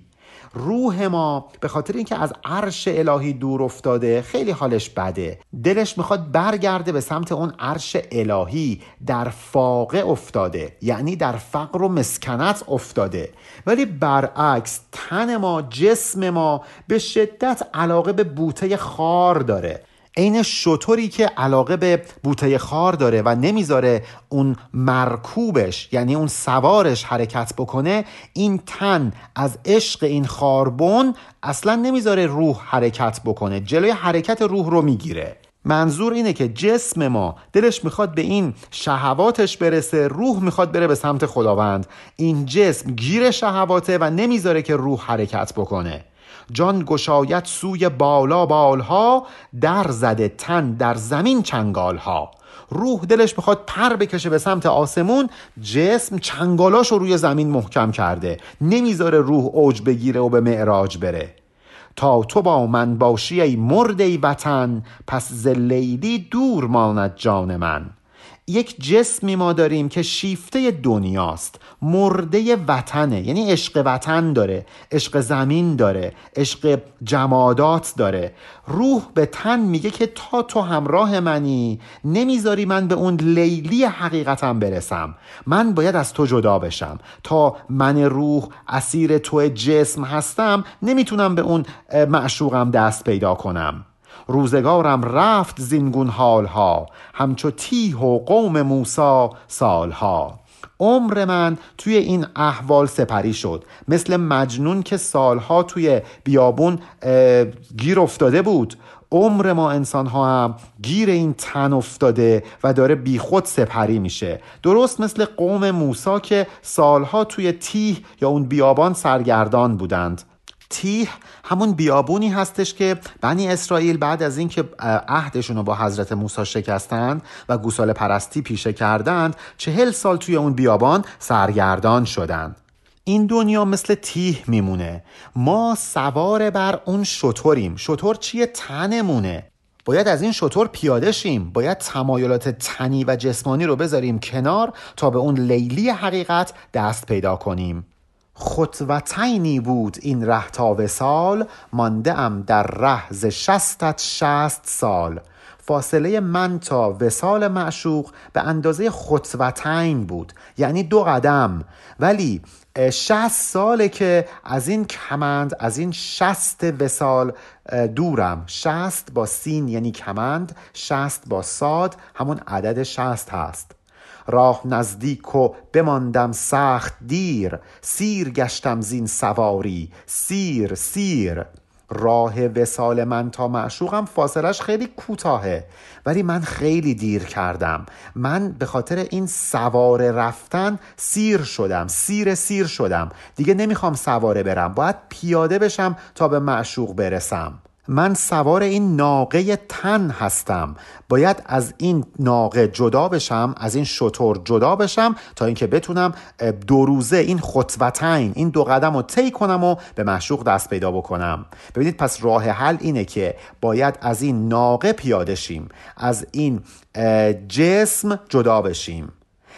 روح ما به خاطر اینکه از عرش الهی دور افتاده خیلی حالش بده، دلش میخواد برگرده به سمت اون عرش الهی، در فاقه افتاده یعنی در فقر و مسکنت افتاده. ولی برعکس تن ما، جسم ما به شدت علاقه به بوته خار داره، عین شتری که علاقه به بوته خار داره و نمیذاره اون مرکوبش یعنی اون سوارش حرکت بکنه. این تن از عشق این خاربن اصلا نمیذاره روح حرکت بکنه، جلوی حرکت روح رو میگیره. منظور اینه که جسم ما دلش میخواد به این شهواتش برسه، روح میخواد بره به سمت خداوند، این جسم گیر شهواته و نمیذاره که روح حرکت بکنه. جان گشاید سوی بالا بالها، در زده تن در زمین چنگالها. روح دلش میخواد پر بکشه به سمت آسمون، جسم چنگالاشو روی زمین محکم کرده، نمیذاره روح اوج بگیره و به معراج بره. تا تو با من باشی ای مرده وطن، پس ز لیلی دور ماند جان من. یک جسمی ما داریم که شیفته دنیاست، مرده وطنه، یعنی عشق وطن داره، عشق زمین داره، عشق جمادات داره. روح به تن میگه که تا تو همراه منی، نمیذاری من به اون لیلی حقیقتم برسم، من باید از تو جدا بشم. تا من روح اسیر تو جسم هستم، نمیتونم به اون معشوقم دست پیدا کنم. روزگارم رفت زینگون حالها، همچو تیه و قوم موسی سالها. عمر من توی این احوال سپری شد، مثل مجنون که سالها توی بیابون گیر افتاده بود. عمر ما انسان ها هم گیر این تن افتاده و داره بی خود سپری میشه، درست مثل قوم موسی که سالها توی تیه یا اون بیابان سرگردان بودند. تیه همون بیابونی هستش که بنی اسرائیل بعد از اینکه عهدشون رو با حضرت موسی شکستند و گوساله پرستی پیشه کردند 40 سال توی اون بیابان سرگردان شدند. این دنیا مثل تیه میمونه. ما سوار بر اون شتریم. شتر چیه؟ تنمونه. باید از این شتر پیاده شیم. باید تمایلات تنی و جسمانی رو بذاریم کنار تا به اون لیلی حقیقت دست پیدا کنیم. خطوتینی بود این ره تا وصال، مانده ام در ره ز 60 سال. فاصله من تا وصال معشوق به اندازه خطوتین بود، یعنی 2 قدم، ولی 60 ساله که از این کمند، از این 60 وصال دورم. 60 با سین یعنی کمند، 60 با صاد همون عدد 60 هست. راه نزدیک و بماندم سخت دیر، سیر گشتم زین سواری، سیر. راه وصال من تا معشوقم فاصلش خیلی کوتاهه، ولی من خیلی دیر کردم. من به خاطر این سواره رفتن سیر شدم. دیگه نمیخوام سواره برم، باید پیاده بشم تا به معشوق برسم. من سوار این ناقه تن هستم، باید از این ناقه جدا بشم، از این شتر جدا بشم تا اینکه بتونم 2 روزه این خطوتین، این 2 قدم رو طی کنم و به معشوق دست پیدا بکنم. ببینید، پس راه حل اینه که باید از این ناقه پیاده شیم، از این جسم جدا بشیم.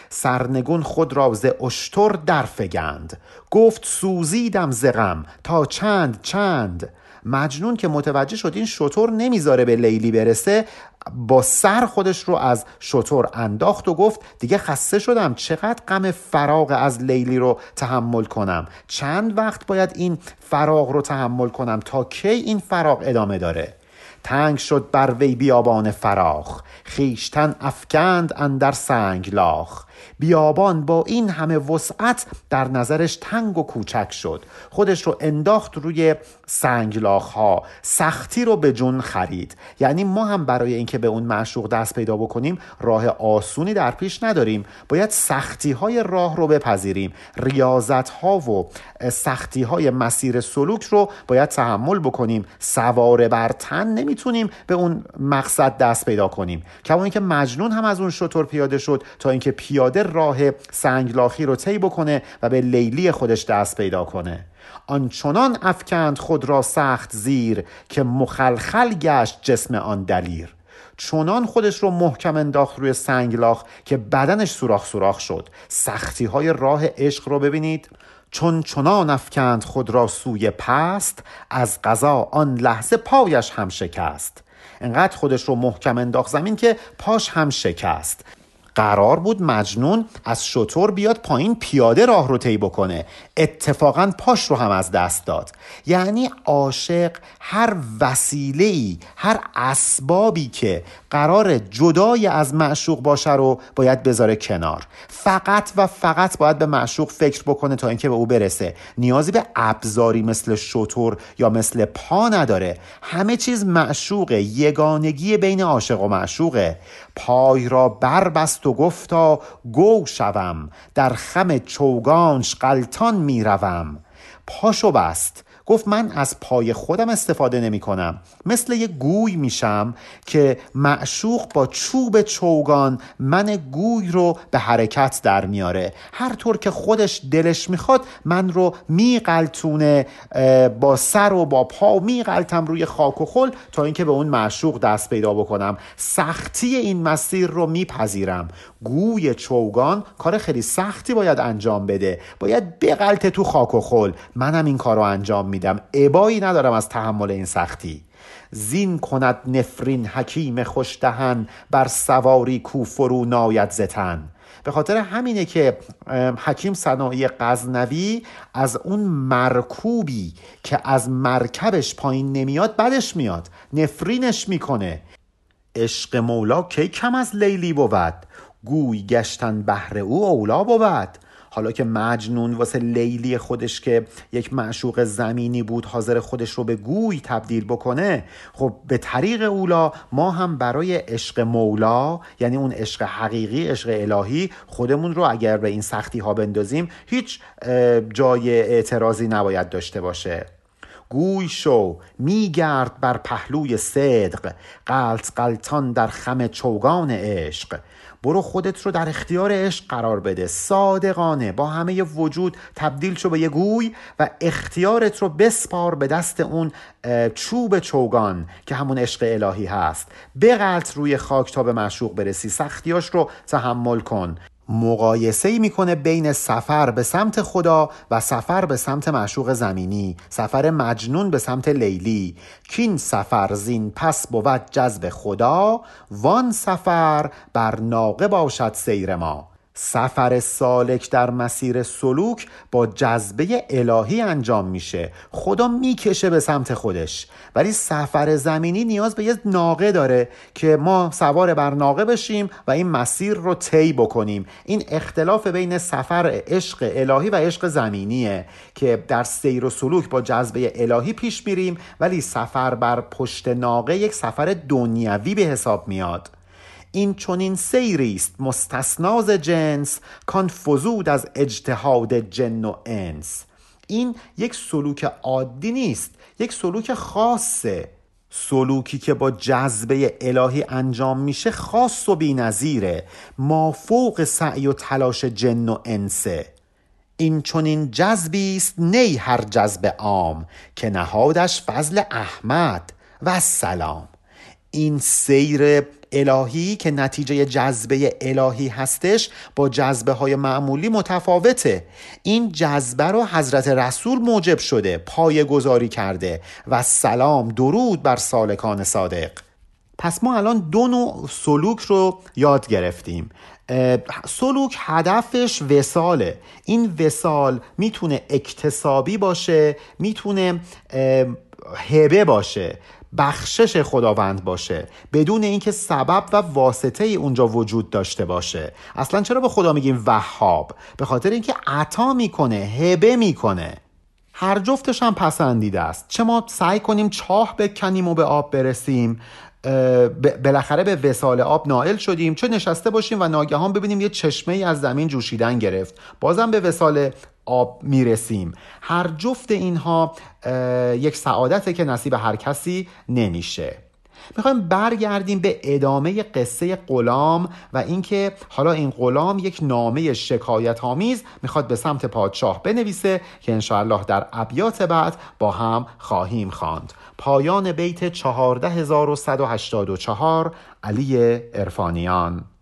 سرنگون خود را ز اشتر درفگند، گفت سوزیدم ز غم تا چند. مجنون که متوجه شد این شتر نمیذاره به لیلی برسه، با سر خودش رو از شتر انداخت و گفت دیگه خسته شدم، چقدر غم فراق از لیلی رو تحمل کنم؟ چند وقت باید این فراق رو تحمل کنم؟ تا کی این فراق ادامه داره؟ تنگ شد بر وی بیابان فراخ، خیشتن افکند اندر سنگلاخ. بیابان با این همه وسعت در نظرش تنگ و کوچک شد. خودش رو انداخت روی سنگلاخ ها، سختی رو به جون خرید. یعنی ما هم برای اینکه به اون معشوق دست پیدا بکنیم راه آسونی در پیش نداریم، باید سختی های راه رو بپذیریم. ریاضت ها و سختی های مسیر سلوک رو باید تحمل بکنیم. سواره بر تن نمیتونیم به اون مقصد دست پیدا کنیم. کما اینکه مجنون هم از اون شتر پیاده شد تا اینکه پیاده راه سنگلاخی رو طی بکنه و به لیلی خودش دست پیدا کنه. آنچنان افکند خود را سخت زیر، که مخلخل گشت جسم آن دلیر. چنان خودش رو محکم انداخت روی سنگلاخ که بدنش سوراخ شد. سختی های راه عشق رو ببینید. چنان افکند خود را سوی پست، از قضا آن لحظه پایش هم شکست. انقدر خودش رو محکم انداخت زمین که پاش هم شکست. قرار بود مجنون از شتر بیاد پایین پیاده راه رو طی بکنه، اتفاقاً پاش رو هم از دست داد. یعنی عاشق هر وسیله‌ای، هر اسبابی که قرار جدای از معشوق باشه رو باید بذاره کنار. فقط و فقط باید به معشوق فکر بکنه تا اینکه به او برسه. نیازی به ابزاری مثل شتر یا مثل پا نداره. همه چیز معشوقه، یگانگی بین عاشق و معشوقه. پای را بربست و گفتا گو شوم، در خم چوگانش غلطان می روم. پاشو بست، گفت من از پای خودم استفاده نمی کنم، مثل یه گوی میشم که معشوق با چوب چوگان من گوی رو به حرکت در میاره. هر طور که خودش دلش میخواد من رو میغلطونه، با سر و با پا میغلطم روی خاک و خل تا اینکه به اون معشوق دست پیدا بکنم. سختی این مسیر رو میپذیرم. گوی چوگان کار خیلی سختی باید انجام بده، باید بغلطه تو خاک و خل. منم این کار رو انجام میدم، ابایی ندارم از تحمل این سختی. زین کند نفرین حکیم خوشدهن، بر سواری کو فرو ناید ز تن. به خاطر همینه که حکیم سنایی غزنوی از اون مرکوبی که از مرکبش پایین نمیاد بدش میاد، نفرینش میکنه. عشق مولا کی کم از لیلی بود، گوی گشتن بهر او اولا بود. حالا که مجنون واسه لیلی خودش که یک معشوق زمینی بود حاضر خودش رو به گوی تبدیل بکنه، خب به طریق اولا ما هم برای عشق مولا، یعنی اون عشق حقیقی، عشق الهی، خودمون رو اگر به این سختی ها بندازیم هیچ جای اعتراضی نباید داشته باشه. گوی شو میگرد بر پهلوی صدق، غلط غلطان در خم چوگان عشق. برو خودت رو در اختیار عشق قرار بده، صادقانه با همه وجود تبدیل شو به یه گوی و اختیارت رو بسپار به دست اون چوب چوگان که همون عشق الهی هست. بغلط روی خاک تا به معشوق برسی، سختیاش رو تحمل کن. مقایسه‌ای میکنه بین سفر به سمت خدا و سفر به سمت معشوق زمینی، سفر مجنون به سمت لیلی. کین سفر زین پس بود جذب خدا، وان سفر بر ناقه باشد سیر ما. سفر سالک در مسیر سلوک با جذبه الهی انجام میشه، خدا میکشه به سمت خودش. ولی سفر زمینی نیاز به یه ناقه داره که ما سوار بر ناقه بشیم و این مسیر رو طی بکنیم. این اختلاف بین سفر عشق الهی و عشق زمینیه که در سیر و سلوک با جذبه الهی پیش میریم، ولی سفر بر پشت ناقه یک سفر دنیوی به حساب میاد. این چنین سیریست مستثنا ز جنس، کان فزود از اجتهاد جن و انس. این یک سلوک عادی نیست، یک سلوک خاصه. سلوکی که با جذبه الهی انجام میشه خاص و بی‌نظیره، مافوق سعی و تلاش جن و انسه. این چنین جذبی است نی هر جذب عام، که نهادش فضل احمد و سلام. این سیر الهی که نتیجه جذبه الهی هستش با جذبه های معمولی متفاوته. این جذبه رو حضرت رسول موجب شده، پایه گذاری کرده و سلام، درود بر سالکان صادق. پس ما الان دو نوع سلوک رو یاد گرفتیم. سلوک هدفش وصاله. این وصال میتونه اکتسابی باشه، میتونه هبه باشه، بخشش خداوند باشه، بدون اینکه سبب و واسطه اونجا وجود داشته باشه. اصلا چرا به خدا میگیم وهاب؟ به خاطر اینکه عطا میکنه، هبه میکنه. هر جفتش هم پسندیده است. چه ما سعی کنیم چاه بکنیم و به آب برسیم، بالاخره به وصال آب نائل شدیم، چه نشسته باشیم و ناگهان ببینیم یه چشمه ای از زمین جوشیدن گرفت، بازم به وصال آب میرسیم. هر جفت اینها یک سعادته که نصیب هر کسی نمیشه. میخوایم برگردیم به ادامه قصه غلام و اینکه حالا این غلام یک نامه شکایت آمیز میخواد به سمت پادشاه بنویسه که انشاءالله در ابیات بعد با هم خواهیم خواند. پایان بیت 14184 علی عرفانیان.